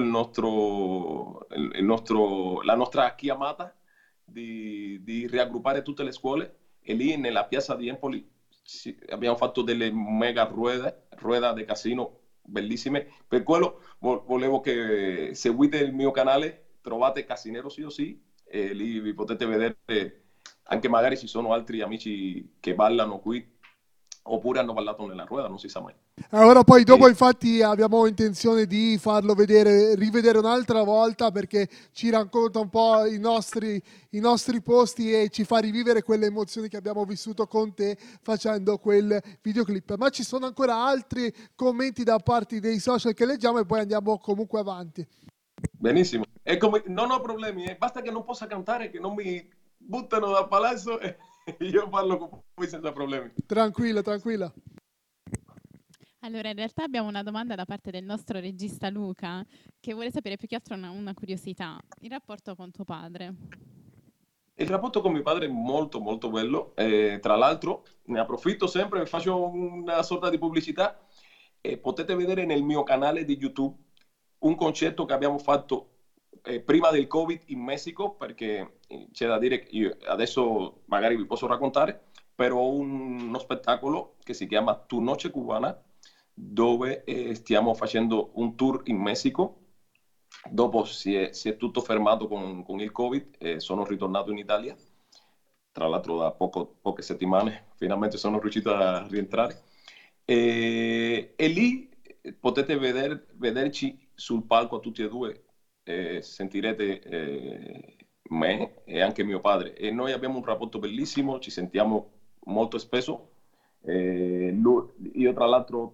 la nostra chiamata di raggruppare tutte le scuole, e lì nella piazza di Empoli abbiamo fatto delle mega rueda di casino bellissime. Per quello volevo che seguite il mio canale, trovate Casinero sì o sì, e lì vi potete vedere. Anche magari ci sono altri amici che ballano qui oppure hanno ballato nella rueda, non si sa mai. Ora poi dopo infatti abbiamo intenzione di farlo rivedere un'altra volta, perché ci racconta un po' i nostri posti e ci fa rivivere quelle emozioni che abbiamo vissuto con te facendo quel videoclip. Ma ci sono ancora altri commenti da parte dei social che leggiamo e poi andiamo comunque avanti. Benissimo, non ho problemi, basta che non possa cantare, che non mi buttano dal palazzo e io parlo con voi senza problemi. Tranquilla. Allora, in realtà abbiamo una domanda da parte del nostro regista Luca, che vuole sapere più che altro una curiosità: il rapporto con tuo padre. Il rapporto con mio padre è molto molto bello, tra l'altro ne approfitto sempre, faccio una sorta di pubblicità, e potete vedere nel mio canale di YouTube un concerto che abbiamo fatto prima del Covid in Messico, perché c'è da dire che io adesso magari vi posso raccontare, però uno spettacolo che si chiama Tu Noche Cubana, dove stiamo facendo un tour in Messico. Dopo si è tutto fermato con il Covid, sono ritornato in Italia, tra l'altro da poche settimane, finalmente sono riuscito a rientrare, e lì potete vederci sul palco a tutti e due, sentirete me e anche mio padre, e noi abbiamo un rapporto bellissimo, ci sentiamo molto spesso. Io tra l'altro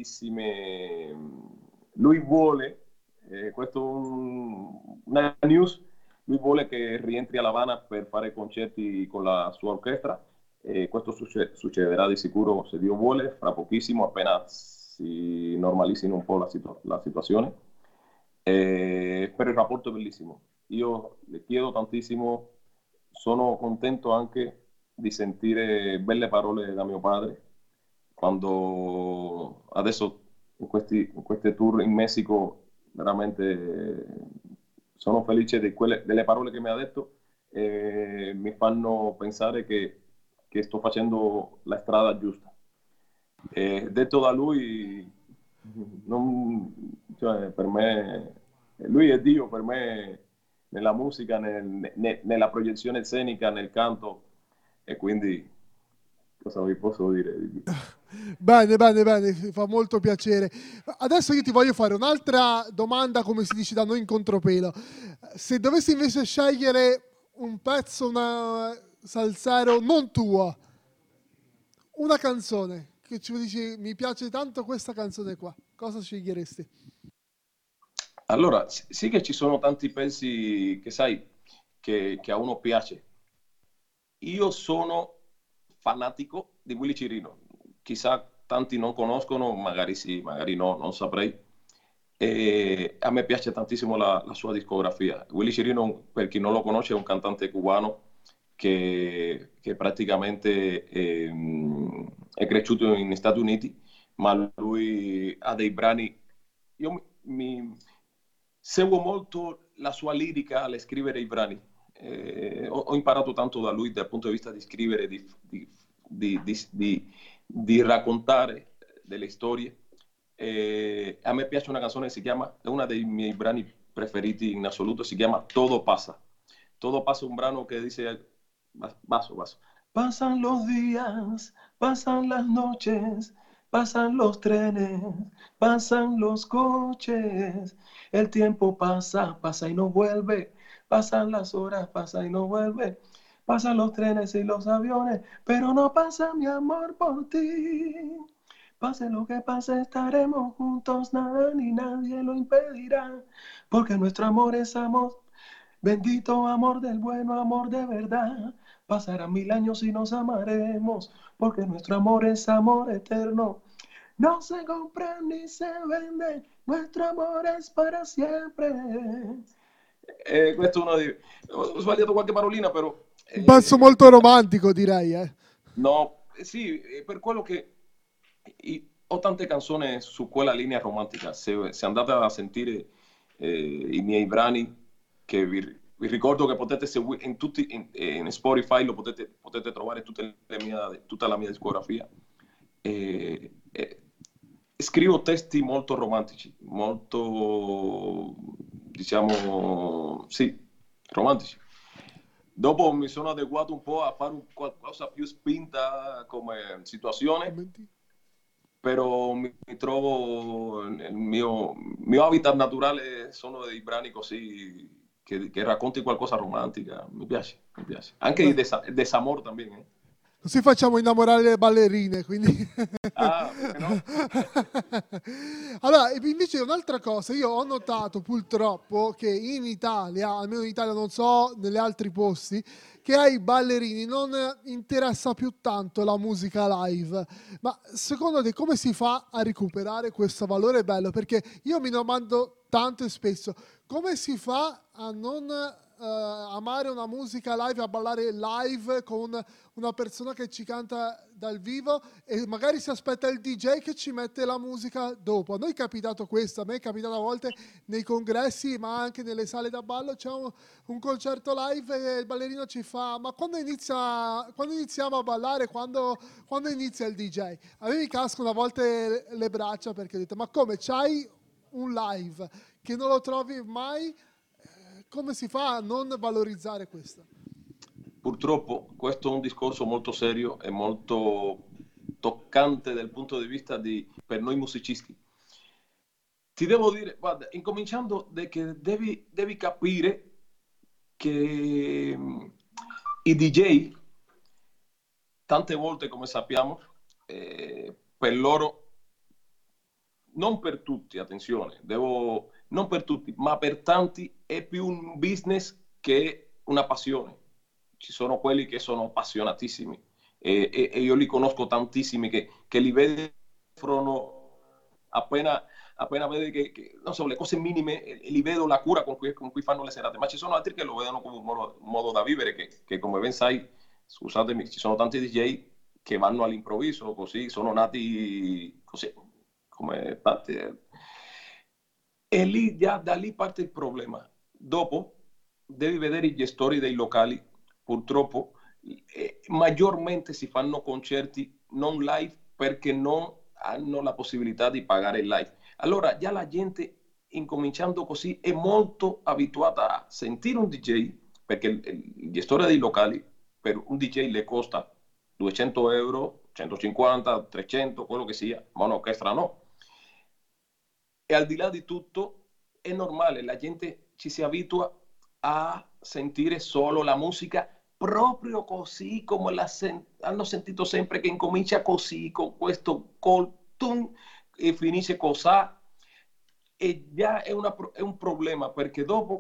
lui vuole, questo una news, lui vuole che rientri a La Habana per fare concerti con la sua orchestra, e questo succederà di sicuro, se Dio vuole, fra pochissimo, appena si normalizzino un po' la situazione. Per il rapporto è bellissimo, io le chiedo tantissimo, sono contento anche di sentire belle parole da mio padre quando adesso in queste tour in Messico, veramente sono felice delle parole che mi ha detto, e mi fanno pensare che sto facendo la strada giusta. Detto da lui, cioè, per me lui è Dio, per me, nella musica, nella proiezione scenica, nel canto, e quindi cosa vi posso dire? Bene, fa molto piacere. Adesso io ti voglio fare un'altra domanda, come si dice da noi, in contropelo. Se dovessi invece scegliere un pezzo, una salsero non tua, una canzone che ci dici mi piace tanto questa canzone qua, cosa sceglieresti? Allora, sì che ci sono tanti pezzi che sai che a uno piace. Io sono fanatico di Willy Cirino. Chissà tanti non conoscono, magari sì, magari no, non saprei. E a me piace tantissimo la sua discografia. Willy Cirino, per chi non lo conosce, è un cantante cubano che praticamente è cresciuto negli Stati Uniti, ma lui ha dei brani. Io seguo molto la sua lirica alle scrivere i brani. Ho imparato tanto da lui dal punto di vista di scrivere, di raccontare delle storie. A me piace una canzone che si chiama, è uno dei miei brani preferiti in assoluto, si chiama Todo pasa. Todo pasa, un brano que dice, vaso, vaso. Pasan los días, pasan las noches, pasan los trenes, pasan los coches, el tiempo pasa, pasa y no vuelve, pasan las horas, pasa y no vuelve, pasan los trenes y los aviones, pero no pasa mi amor por ti. Pase lo que pase, estaremos juntos, nada ni nadie lo impedirá, porque nuestro amor es amor, bendito amor del bueno, amor de verdad. Pasarán 1000 años y nos amaremos, porque nuestro amor es amor eterno. No se compra ni se vende, nuestro amor es para siempre. Questo è uno di... Ho sbagliato qualche parolina, però... Un pezzo molto romantico, direi. No, sì, per quello che ho tante canzoni su quella linea romantica. Se andate a sentire i miei brani, che vi ricordo che potete seguire in Spotify, lo potete trovare tutta la mia discografia. Scrivo testi molto romantici, molto, diciamo, sì, romantici. Dopo mi sono adeguato un po' a fare qualcosa più spinta come situazione, però mi trovo nel mio habitat naturale, sono dei brani così che racconti qualcosa romantica. Mi piace, mi piace. Anche il desamor también. Così facciamo innamorare le ballerine, quindi... Ah, no? Allora, invece un'altra cosa, io ho notato purtroppo che in Italia, almeno in Italia, non so negli altri posti, che ai ballerini non interessa più tanto la musica live. Ma secondo te come si fa a recuperare questo valore bello? Perché io mi domando tanto e spesso, come si fa a non amare una musica live, a ballare live con una persona che ci canta dal vivo e magari si aspetta il DJ che ci mette la musica dopo? A noi è capitato questo, a me è capitato a volte nei congressi, ma anche nelle sale da ballo c'è un concerto live e il ballerino ci fa: ma quando iniziamo a ballare, quando inizia il DJ? A me mi cascano a volte le braccia, perché ho detto: ma come, c'hai un live che non lo trovi mai? Come si fa a non valorizzare questo? Purtroppo questo è un discorso molto serio e molto toccante dal punto di vista per noi musicisti. Ti devo dire, guarda, incominciando che devi capire che i DJ, tante volte, come sappiamo, per loro, non per tutti, attenzione, non per tutti, ma per tanti è più un business che una passione. Ci sono quelli che sono appassionatissimi e io li conosco tantissimi che li vedono appena vedi che non so, le cose minime, li vedo la cura con cui fanno le serate, ma ci sono altri che lo vedono come un modo da vivere che come ben sai, scusatemi, ci sono tanti DJ che vanno all'improvviso, così, sono nati così, come tanti. E lì, già da lì parte il problema. Dopo devi vedere i gestori dei locali, purtroppo maggiormente si fanno concerti non live perché non hanno la possibilità di pagare il live. Allora già la gente, incominciando così, è molto abituata a sentire un DJ, perché il gestore dei locali per un DJ le costa 200 euro, 150, 300, quello che sia, ma un'orchestra no. E al di là di tutto è normale, la gente ci si abitua a sentire solo la musica proprio così come hanno sentito sempre, che incomincia così, con questo coltun e finisce così. e già è un problema, perché dopo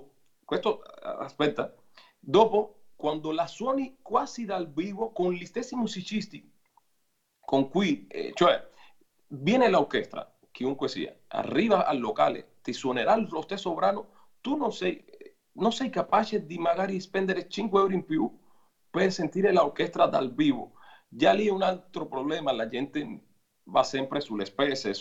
dopo quando la suoni quasi dal vivo con gli stessi musicisti con cui, cioè viene l'orchestra, chiunque sia, arriva al locale, ti suonerà lo stesso brano, tu non sei capace di magari spendere 5 euro in più per sentire l'orchestra dal vivo. Già lì è un altro problema, la gente va sempre sulle spese,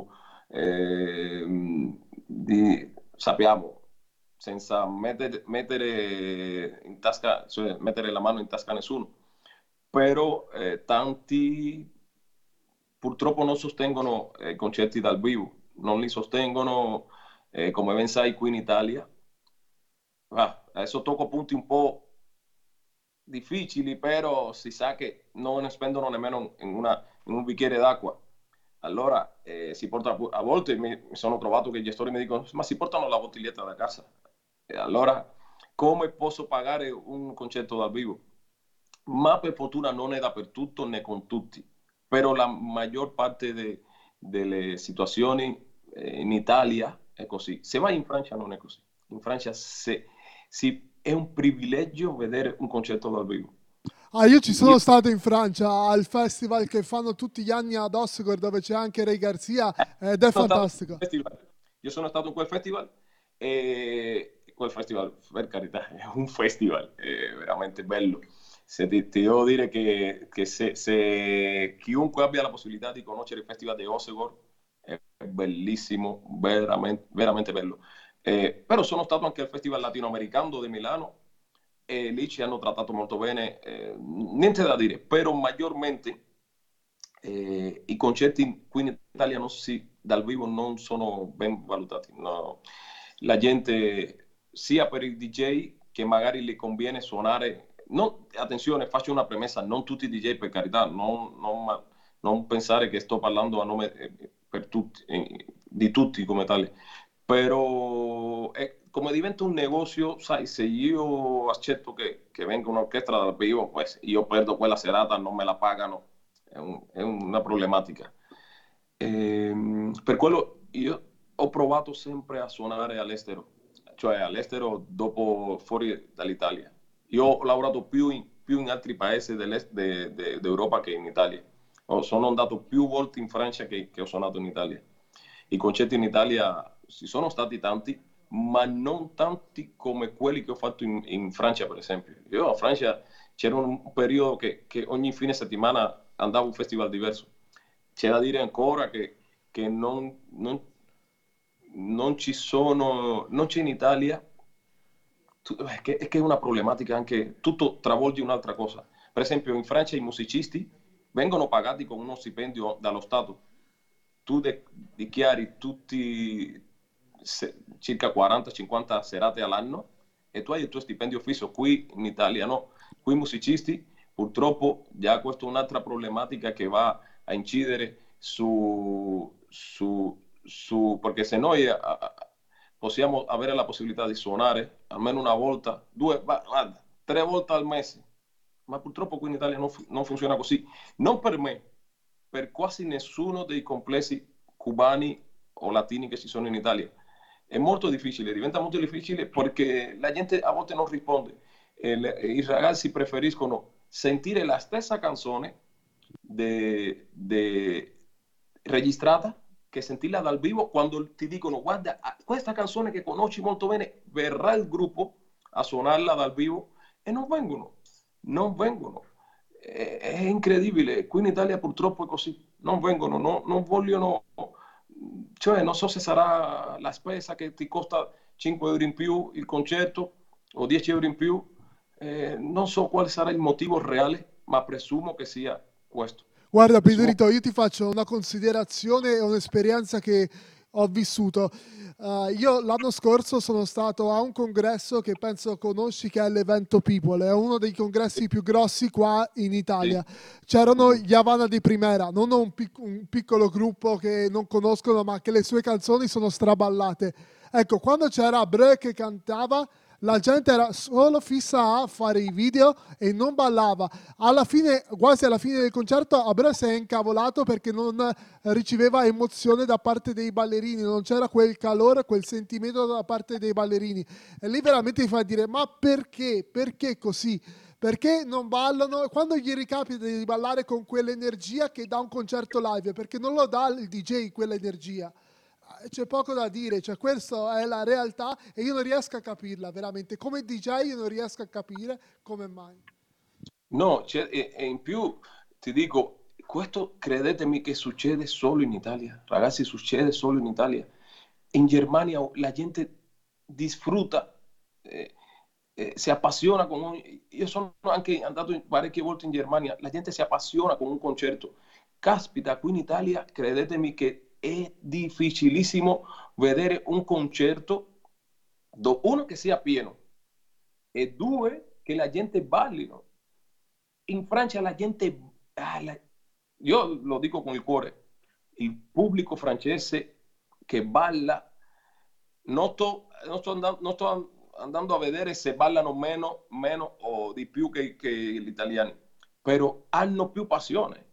sappiamo, senza mettere in tasca, cioè mettere la mano in tasca a nessuno, però tanti purtroppo non sostengono concerti dal vivo, non li sostengono, come ben sai qui in Italia. Adesso tocco punti un po' difficili, però si sa che non ne spendono nemmeno in un bicchiere d'acqua. Allora a volte mi sono trovato che i gestori mi dicono: ma si portano la bottiglietta da casa. E allora come posso pagare un concerto dal vivo? Ma per fortuna non è dappertutto né con tutti, però la maggior parte delle situazioni in Italia è così. Se vai in Francia non è così. In Francia è un privilegio vedere un concerto dal vivo. Io ci sono stato in Francia al festival che fanno tutti gli anni ad Osgore, dove c'è anche Ray Garcia, ed è fantastico. Io sono stato in quel festival e quel festival, per carità, è un festival, è veramente bello. Ti devo dire che se chiunque abbia la possibilità di conoscere il festival di Osgore, è bellissimo, veramente, veramente bello. Però sono stato anche al Festival Latinoamericano di Milano e lì ci hanno trattato molto bene, niente da dire, però maggiormente i concerti qui in Italia dal vivo non sono ben valutati. No. La gente, sia per il DJ, che magari le conviene suonare, attenzione, faccio una premessa, non tutti i DJ, per carità, non pensare che sto parlando a nome per tutti, di tutti come tale, però come diventa un negozio, sai, se io accetto che venga un'orchestra dal vivo, pues io perdo quella serata, non me la pagano, è una problematica. Per quello io ho provato sempre a suonare all'estero, cioè all'estero dopo fuori dall'Italia. Io ho lavorato più in altri paesi d'Europa che in Italia. Sono andato più volte in Francia che ho suonato in Italia. I concerti in Italia ci sono stati tanti, ma non tanti come quelli che ho fatto in Francia, per esempio. Io a Francia c'era un periodo che ogni fine settimana andavo a un festival diverso. C'è da dire ancora che non c'è in Italia, che è una problematica anche, tutto travolge un'altra cosa. Per esempio in Francia i musicisti vengono pagati con uno stipendio dallo Stato. Tu dichiari circa 40-50 serate all'anno e tu hai il tuo stipendio fisso. Qui in Italia no. Qui i musicisti, purtroppo, già questa è un'altra problematica che va a incidere perché se noi possiamo avere la possibilità di suonare almeno una volta, 3 volte al mese, ma purtroppo qui in Italia non funziona così. Non per me, per quasi nessuno dei complessi cubani o latini che ci sono in Italia. È molto difficile, diventa molto difficile perché la gente a volte non risponde. I ragazzi preferiscono sentire la stessa canzone registrata che sentirla dal vivo quando ti dicono: guarda, questa canzone che conosci molto bene, verrà il gruppo a suonarla dal vivo, e non vengono. È incredibile, qui in Italia purtroppo è così, non vengono, non vogliono, cioè non so se sarà la spesa che ti costa 5 euro in più il concerto o 10 euro in più, non so quale sarà il motivo reale, ma presumo che sia questo. Guarda Pedrito, io ti faccio una considerazione e un'esperienza che ho vissuto. Io l'anno scorso sono stato a un congresso che penso conosci, che è l'Evento People, è uno dei congressi più grossi qua in Italia. C'erano gli Havana di Primera, non un piccolo gruppo che non conoscono, ma che le sue canzoni sono straballate. Ecco, quando c'era Bre che cantava, la gente era solo fissa a fare i video e non ballava. Alla fine, quasi alla fine del concerto, Abreu si è incavolato perché non riceveva emozione da parte dei ballerini, non c'era quel calore, quel sentimento da parte dei ballerini. E lì veramente ti fa dire, ma perché? Perché così? Perché non ballano? Quando gli ricapita di ballare con quell'energia che dà un concerto live, perché non lo dà il DJ quell'energia. C'è poco da dire, cioè questa è la realtà e io non riesco a capirla veramente. Come DJ io non riesco a capire come mai. No, e in più ti dico, questo credetemi che succede solo in Italia. Ragazzi, succede solo in Italia. In Germania la gente disfruta, si appassiona con io sono anche andato parecchie volte in Germania, la gente si appassiona con un concerto. Caspita, qui in Italia credetemi che è difficilissimo vedere un concerto, uno che sia pieno e due che la gente ballino. In Francia la gente, io lo dico con il cuore, il pubblico francese che balla, non sto andando a vedere se ballano meno o di più che gli italiani, però hanno più passione,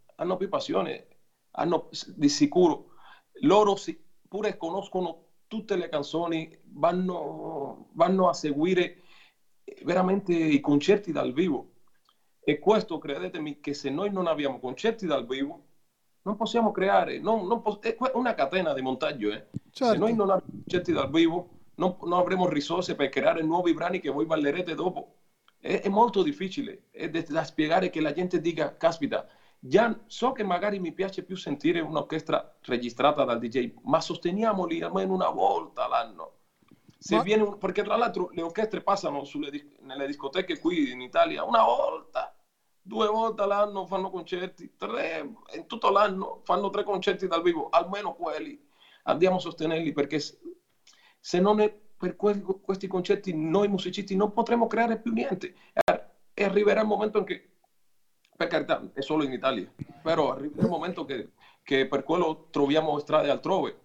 hanno di sicuro, loro pure conoscono tutte le canzoni, vanno a seguire veramente i concerti dal vivo. E questo credetemi che se noi non abbiamo concerti dal vivo non possiamo creare, è una catena di montaggio. Certo. Se noi non abbiamo concerti dal vivo non avremo risorse per creare nuovi brani che voi ballerete dopo. È molto difficile, è da spiegare che la gente dica, caspita, già so che magari mi piace più sentire un'orchestra registrata dal DJ, ma sosteniamoli almeno una volta l'anno. Perché tra l'altro le orchestre passano nelle discoteche qui in Italia una volta, 2 volte all'anno fanno concerti, 3 in tutto l'anno fanno 3 concerti dal vivo, almeno quelli andiamo a sostenerli, perché se non è per questi concerti noi musicisti non potremo creare più niente e arriverà il momento in che, per carità è solo in Italia, però arriverà il momento che per quello troviamo strade altrove.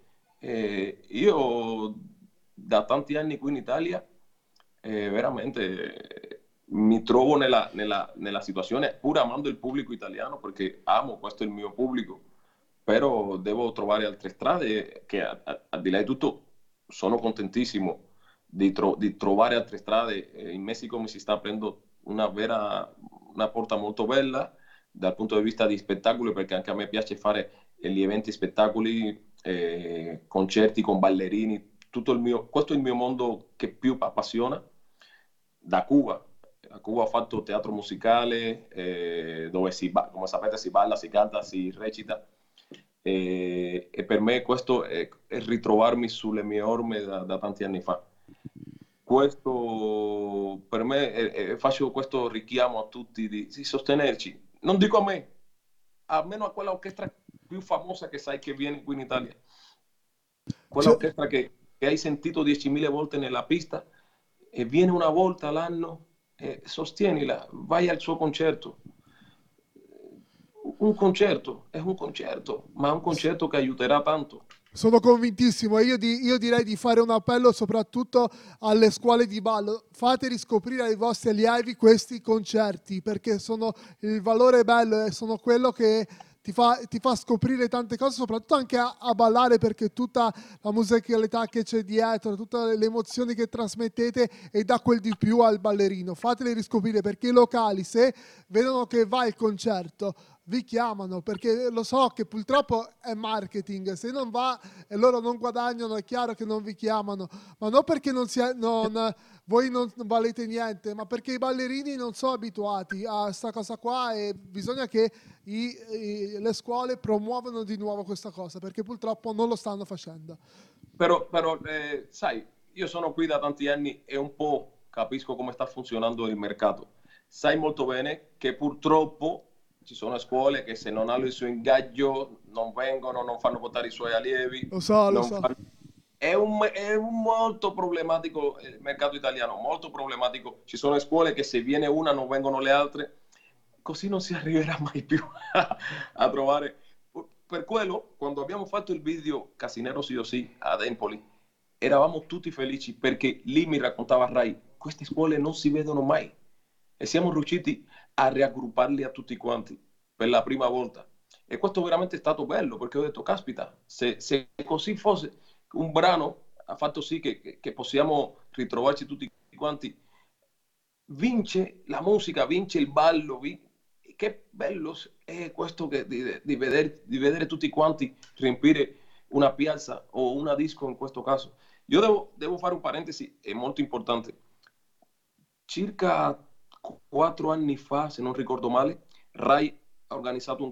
Io da tanti anni qui in Italia veramente mi trovo nella situazione, pur amando il pubblico italiano, perché amo, questo è il mio pubblico, però devo trovare altre strade che al di là di tutto sono contentissimo di trovare altre strade. In Messico mi si sta aprendo una porta molto bella dal punto di vista di spettacoli, perché anche a me piace fare gli eventi, spettacoli, concerti con ballerini, questo è il mio mondo che più appassiona. Da Cuba. A Cuba ho fatto teatro musicale, dove come sapete si balla, si canta, si recita, e per me questo è ritrovarmi sulle mie orme da tanti anni fa. Questo per me faccio questo richiamo a tutti di sostenerci, non dico a me, almeno a quella orchestra più famosa che sai che viene qui in Italia, quella orchestra che hai sentito 10.000 volte nella pista e viene una volta all'anno, sostienila, vai al suo concerto. Un concerto è un concerto, ma è un concerto che aiuterà tanto. Sono convintissimo, io direi di fare un appello soprattutto alle scuole di ballo: fate riscoprire ai vostri allievi questi concerti, perché sono il valore bello e sono quello che ti fa scoprire tante cose, soprattutto anche a ballare, perché tutta la musicalità che c'è dietro, tutte le emozioni che trasmettete e dà quel di più al ballerino. Fatele riscoprire, perché i locali, se vedono che va il concerto, vi chiamano, perché lo so che purtroppo è marketing, se non va e loro non guadagnano è chiaro che non vi chiamano, ma non perché voi non valete niente, ma perché i ballerini non sono abituati a sta cosa qua, e bisogna che le scuole promuovano di nuovo questa cosa, perché purtroppo non lo stanno facendo. Però sai, io sono qui da tanti anni e un po' capisco come sta funzionando il mercato. Sai molto bene che purtroppo ci sono scuole che se non hanno il suo ingaggio non vengono, non fanno votare i suoi allievi. Lo so. È un molto problematico il mercato italiano, molto problematico. Ci sono scuole che se viene una non vengono le altre, così non si arriverà mai più a trovare. Per quello, quando abbiamo fatto il video Casinero sì o sì ad Empoli, eravamo tutti felici, perché lì mi raccontava Rai, queste scuole non si vedono mai e siamo riusciti a raggrupparli a tutti quanti per la prima volta. E questo veramente è stato bello, perché ho detto, caspita, se così fosse, un brano ha fatto sì che possiamo ritrovarci tutti quanti. Vince la musica, vince il ballo, che bello è questo di vedere tutti quanti riempire una piazza o una disco in questo caso. Io devo fare un parentesi, è molto importante. Circa 4 anni fa, se non ricordo male, Rai ha organizzato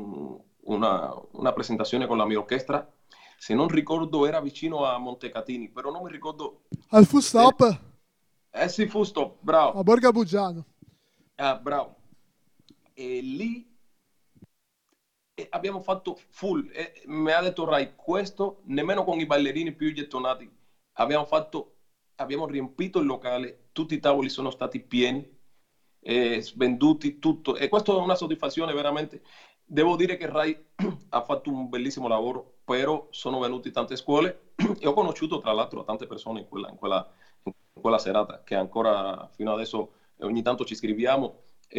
una presentazione con la mia orchestra. Se non ricordo era vicino a Montecatini, però non mi ricordo. Al Full Stop Sì, Fusto, a bravo. Borgo Buggiano. Bravo. E lì abbiamo fatto full. Mi ha detto Rai, questo nemmeno con i ballerini più gettonati. Abbiamo riempito il locale, tutti i tavoli sono stati pieni, svenduti, tutto. E questa è una soddisfazione veramente. Devo dire che Rai ha fatto un bellissimo lavoro, però sono venuti tante scuole e ho conosciuto tra l'altro tante persone in quella serata, che ancora fino adesso ogni tanto ci scriviamo.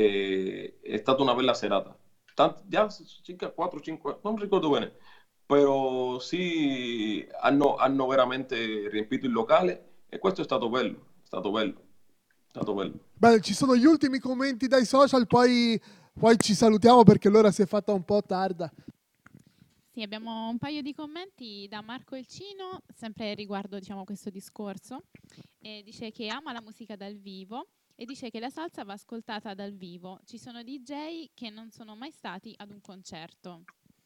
È stata una bella serata. Già circa 4-5, non ricordo bene, però sì, hanno veramente riempito il locale e questo è stato bello, è stato bello, è stato bello. Beh, ci sono gli ultimi commenti dai social, poi ci salutiamo perché l'ora si è fatta un po' tarda. Sì, abbiamo un paio di commenti da Marco Elcino, sempre riguardo questo discorso. Dice che ama la musica dal vivo e dice che la salsa va ascoltata dal vivo. Ci sono DJ che non sono mai stati ad un concerto.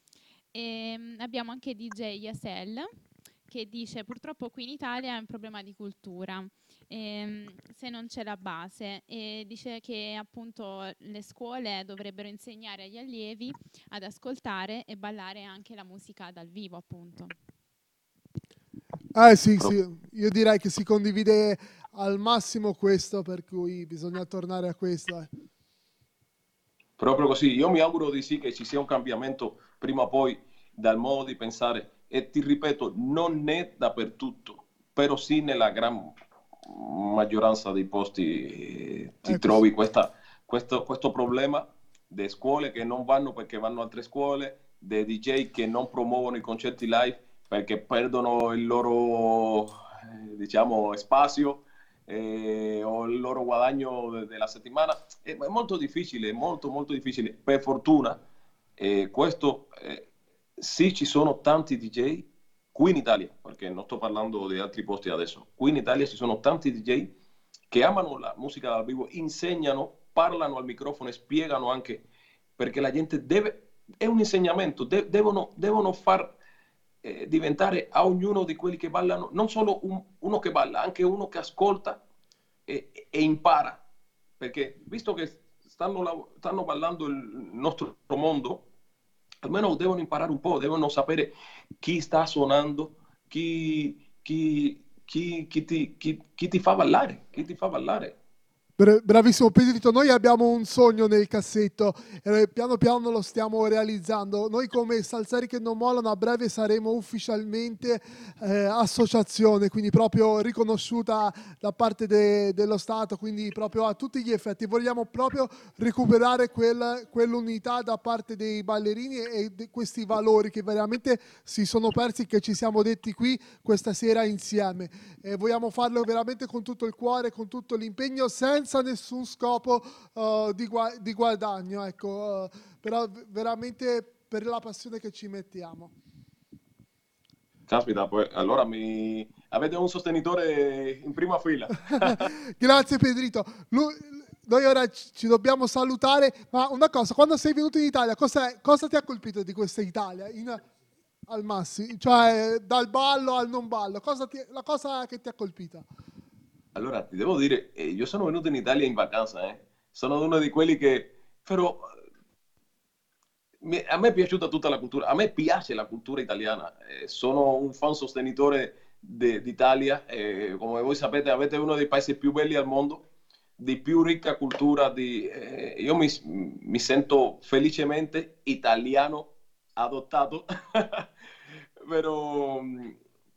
Abbiamo anche DJ Yasel che dice purtroppo qui in Italia è un problema di cultura, se non c'è la base, e dice che appunto le scuole dovrebbero insegnare agli allievi ad ascoltare e ballare anche la musica dal vivo, appunto. Sì, io direi che si condivide al massimo questo, per cui bisogna tornare a questo. Proprio così, io mi auguro di sì che ci sia un cambiamento prima o poi dal modo di pensare e ti ripeto, non è dappertutto, però sì nella gran maggioranza dei posti ti trovi questo problema di scuole che non vanno perché vanno altre scuole, dei DJ che non promuovono i concerti live perché perdono il loro diciamo spazio o il loro guadagno della settimana. È molto difficile, molto molto difficile. Per fortuna questo sì, ci sono tanti DJ qui in Italia, perché non sto parlando di altri posti adesso. Qui in Italia ci sono tanti DJ che amano la musica dal vivo, insegnano, parlano al microfono e spiegano anche, perché la gente è un insegnamento, devono far diventare a ognuno di quelli che ballano, non solo uno che balla, anche uno che ascolta e impara, perché visto che stanno ballando il nostro mondo, almeno devono imparare un po', devono sapere chi sta suonando, chi ti fa ballare, chi ti fa ballare. Bravissimo Pedrito, noi abbiamo un sogno nel cassetto, piano piano lo stiamo realizzando. Noi come Salsari che non mollano a breve saremo ufficialmente associazione, quindi proprio riconosciuta da parte dello Stato, quindi proprio a tutti gli effetti. Vogliamo proprio recuperare quell'unità da parte dei ballerini e questi valori che veramente si sono persi, che ci siamo detti qui questa sera insieme. Vogliamo farlo veramente con tutto il cuore, con tutto l'impegno, senza nessun scopo di guadagno, ecco, però veramente per la passione che ci mettiamo. Caspita, poi allora avete un sostenitore in prima fila. Grazie Pedrito. Noi ora ci dobbiamo salutare, ma una cosa, quando sei venuto in Italia, cosa ti ha colpito di questa Italia? Al massimo, cioè dal ballo al non ballo, la cosa che ti ha colpito? Allora, ti devo dire, io sono venuto in Italia in vacanza, sono uno di quelli che, però, a me è piaciuta tutta la cultura, a me piace la cultura italiana, sono un fan sostenitore d'Italia, come voi sapete avete uno dei paesi più belli al mondo, di più ricca cultura, io mi sento felicemente italiano adottato,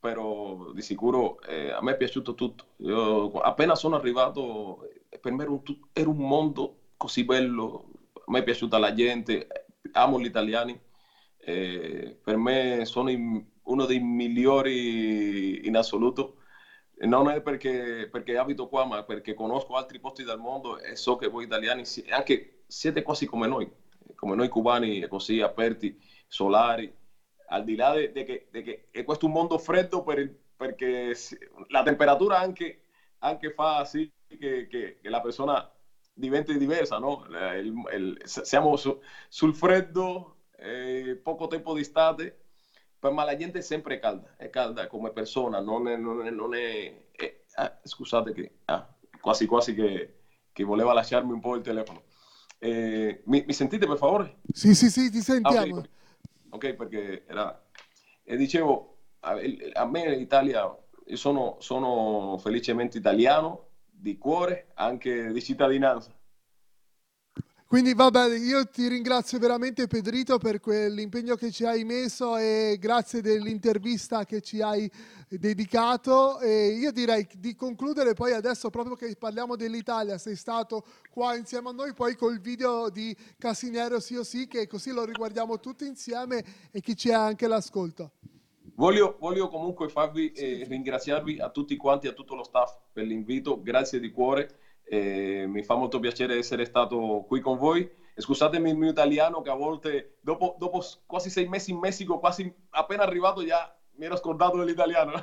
però di sicuro a me è piaciuto tutto. Io appena sono arrivato, per me era un mondo così bello, a me è piaciuta la gente, amo gli italiani, per me sono uno dei migliori in assoluto. Non è perché abito qua, ma perché conosco altri posti del mondo e so che voi italiani anche siete quasi come noi cubani, così aperti, solari, al di là di che questo è un mondo freddo perché la temperatura anche fa sì che la persona diventi diversa, no? Siamo sul freddo, poco tempo di estate, ma la gente è sempre calda come persona, non è scusate che quasi che voleva lasciarmi un po' il telefono. Mi sentite per favore? Sì, ti sentiamo. Ok, perché dicevo, a me l'Italia, io sono felicemente italiano, di cuore, anche di cittadinanza. Quindi va bene, io ti ringrazio veramente Pedrito per quell'impegno che ci hai messo e grazie dell'intervista che ci hai dedicato. E io direi di concludere poi adesso, proprio che parliamo dell'Italia, sei stato qua insieme a noi, poi col video di Casinero sì o sì, che così lo riguardiamo tutti insieme e chi c'è anche l'ascolto. Voglio comunque ringraziarvi a tutti quanti, a tutto lo staff per l'invito, grazie di cuore. Mi fa molto piacere essere stato qui con voi. Scusatemi il mio italiano che a volte dopo quasi 6 mesi in Messico, quasi appena arrivato già mi ero scordato dell'italiano.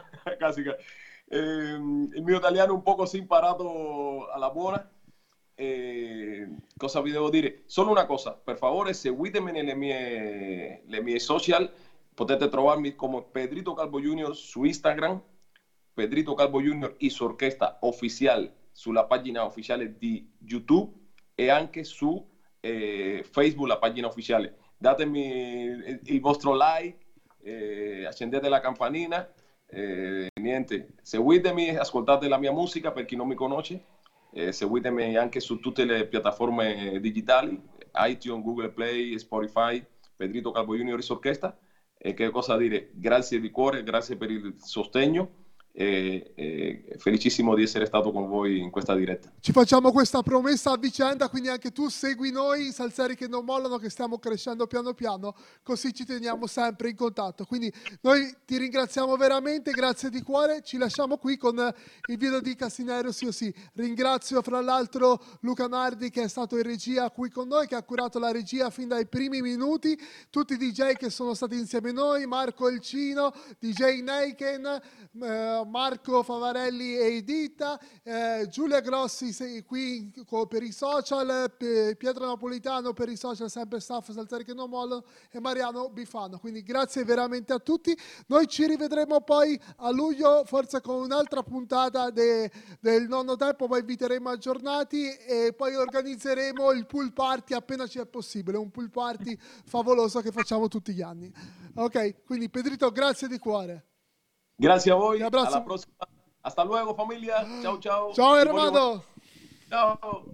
Il mio italiano un po' così imparato alla buona. Cosa vi devo dire? Solo una cosa, per favore seguitemi nelle mie social, potete trovarmi come Pedrito Calvo Junior su Instagram, Pedrito Calvo Junior y su orquesta ufficial sulla pagina ufficiale di YouTube e anche su Facebook, la pagina ufficiale. Datemi il vostro like, accendete la campanina, niente, seguitemi, ascoltate la mia musica per chi non mi conosce, seguitemi anche su tutte le piattaforme digitali, iTunes, Google Play, Spotify, Pedrito Calvo Junior y su orquesta. Che cosa dire? Grazie di cuore, grazie per il sostegno. Felicissimo di essere stato con voi in questa diretta. Ci facciamo questa promessa a vicenda, quindi anche tu segui noi, Salseri che non mollano, che stiamo crescendo piano piano, così ci teniamo sempre in contatto. Quindi noi ti ringraziamo veramente, grazie di cuore, ci lasciamo qui con il video di Casinero sì o sì. Ringrazio fra l'altro Luca Nardi che è stato in regia qui con noi, che ha curato la regia fin dai primi minuti, tutti i DJ che sono stati insieme a noi, Marco Elcino, DJ Neiken, Marco Favarelli e Edita, Giulia Grossi qui per i social, Pietro Napolitano per i social, sempre staff Salseri che non mollano, e Mariano Bifano. Quindi grazie veramente a tutti. Noi ci rivedremo poi a luglio, forse con un'altra puntata del Nonno Tempo, poi inviteremo aggiornati e poi organizzeremo il pool party appena ci è possibile, un pool party favoloso che facciamo tutti gli anni. Ok, quindi Pedrito, grazie di cuore. Grazie a voi, alla prossima. Hasta luego, familia. Ciao, ciao. Ciao, hermano. Ciao.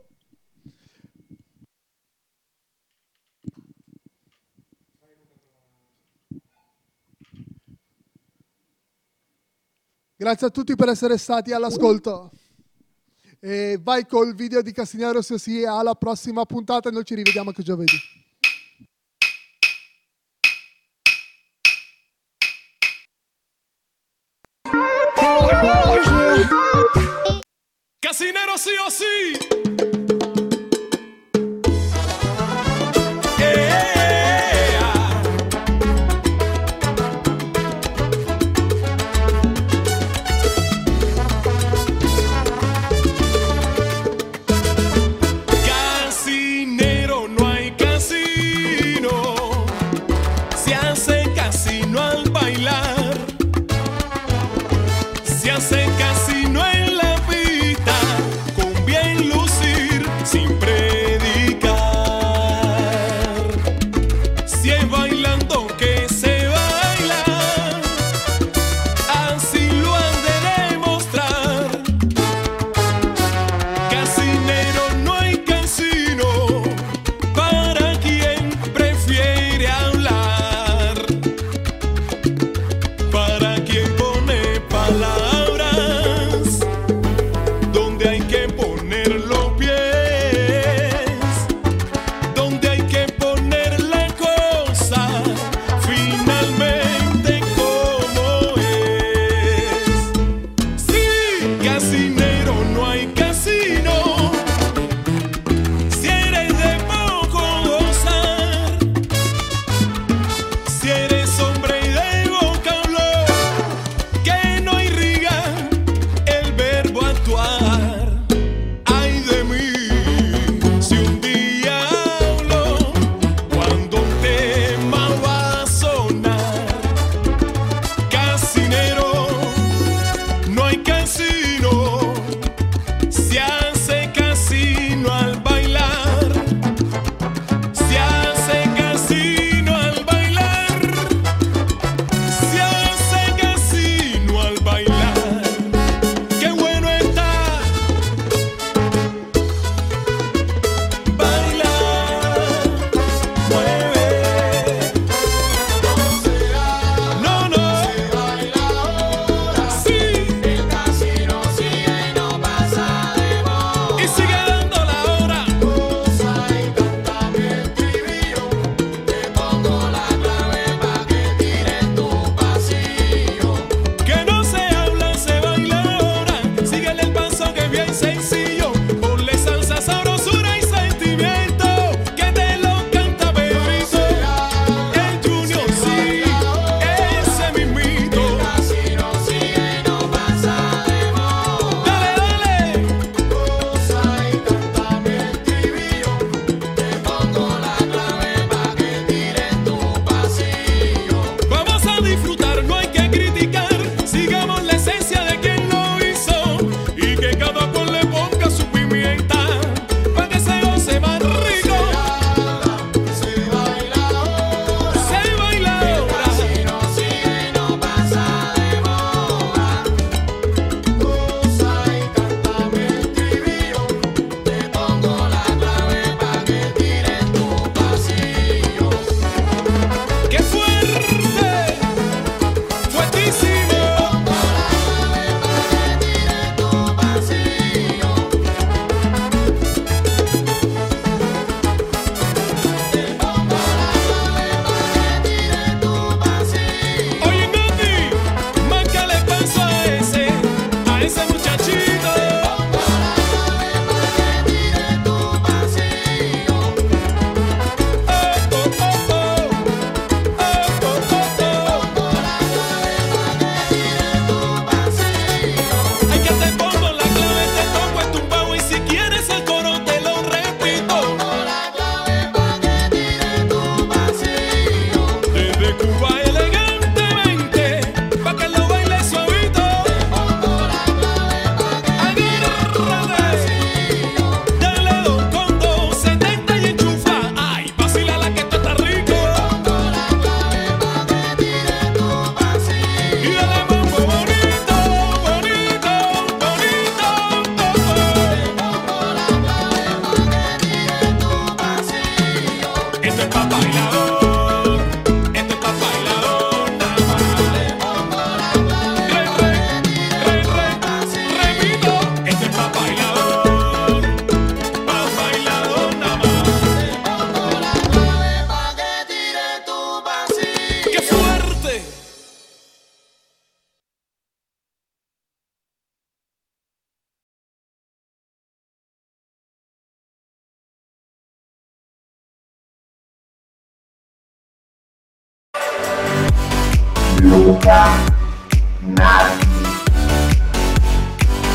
Grazie a tutti per essere stati all'ascolto. E vai col video di Casinero sì o sì, alla prossima puntata e noi ci rivediamo anche giovedì. Casinero sí o sí. Casinero, no hay casino. Se hace casino al bailar. Se hace casino en la vida, con bien lucir sin predicar. Si es bailando que se baila, así lo han de demostrar. Casinero, no hay casino para quien prefiere hablar, para quien pone Nada.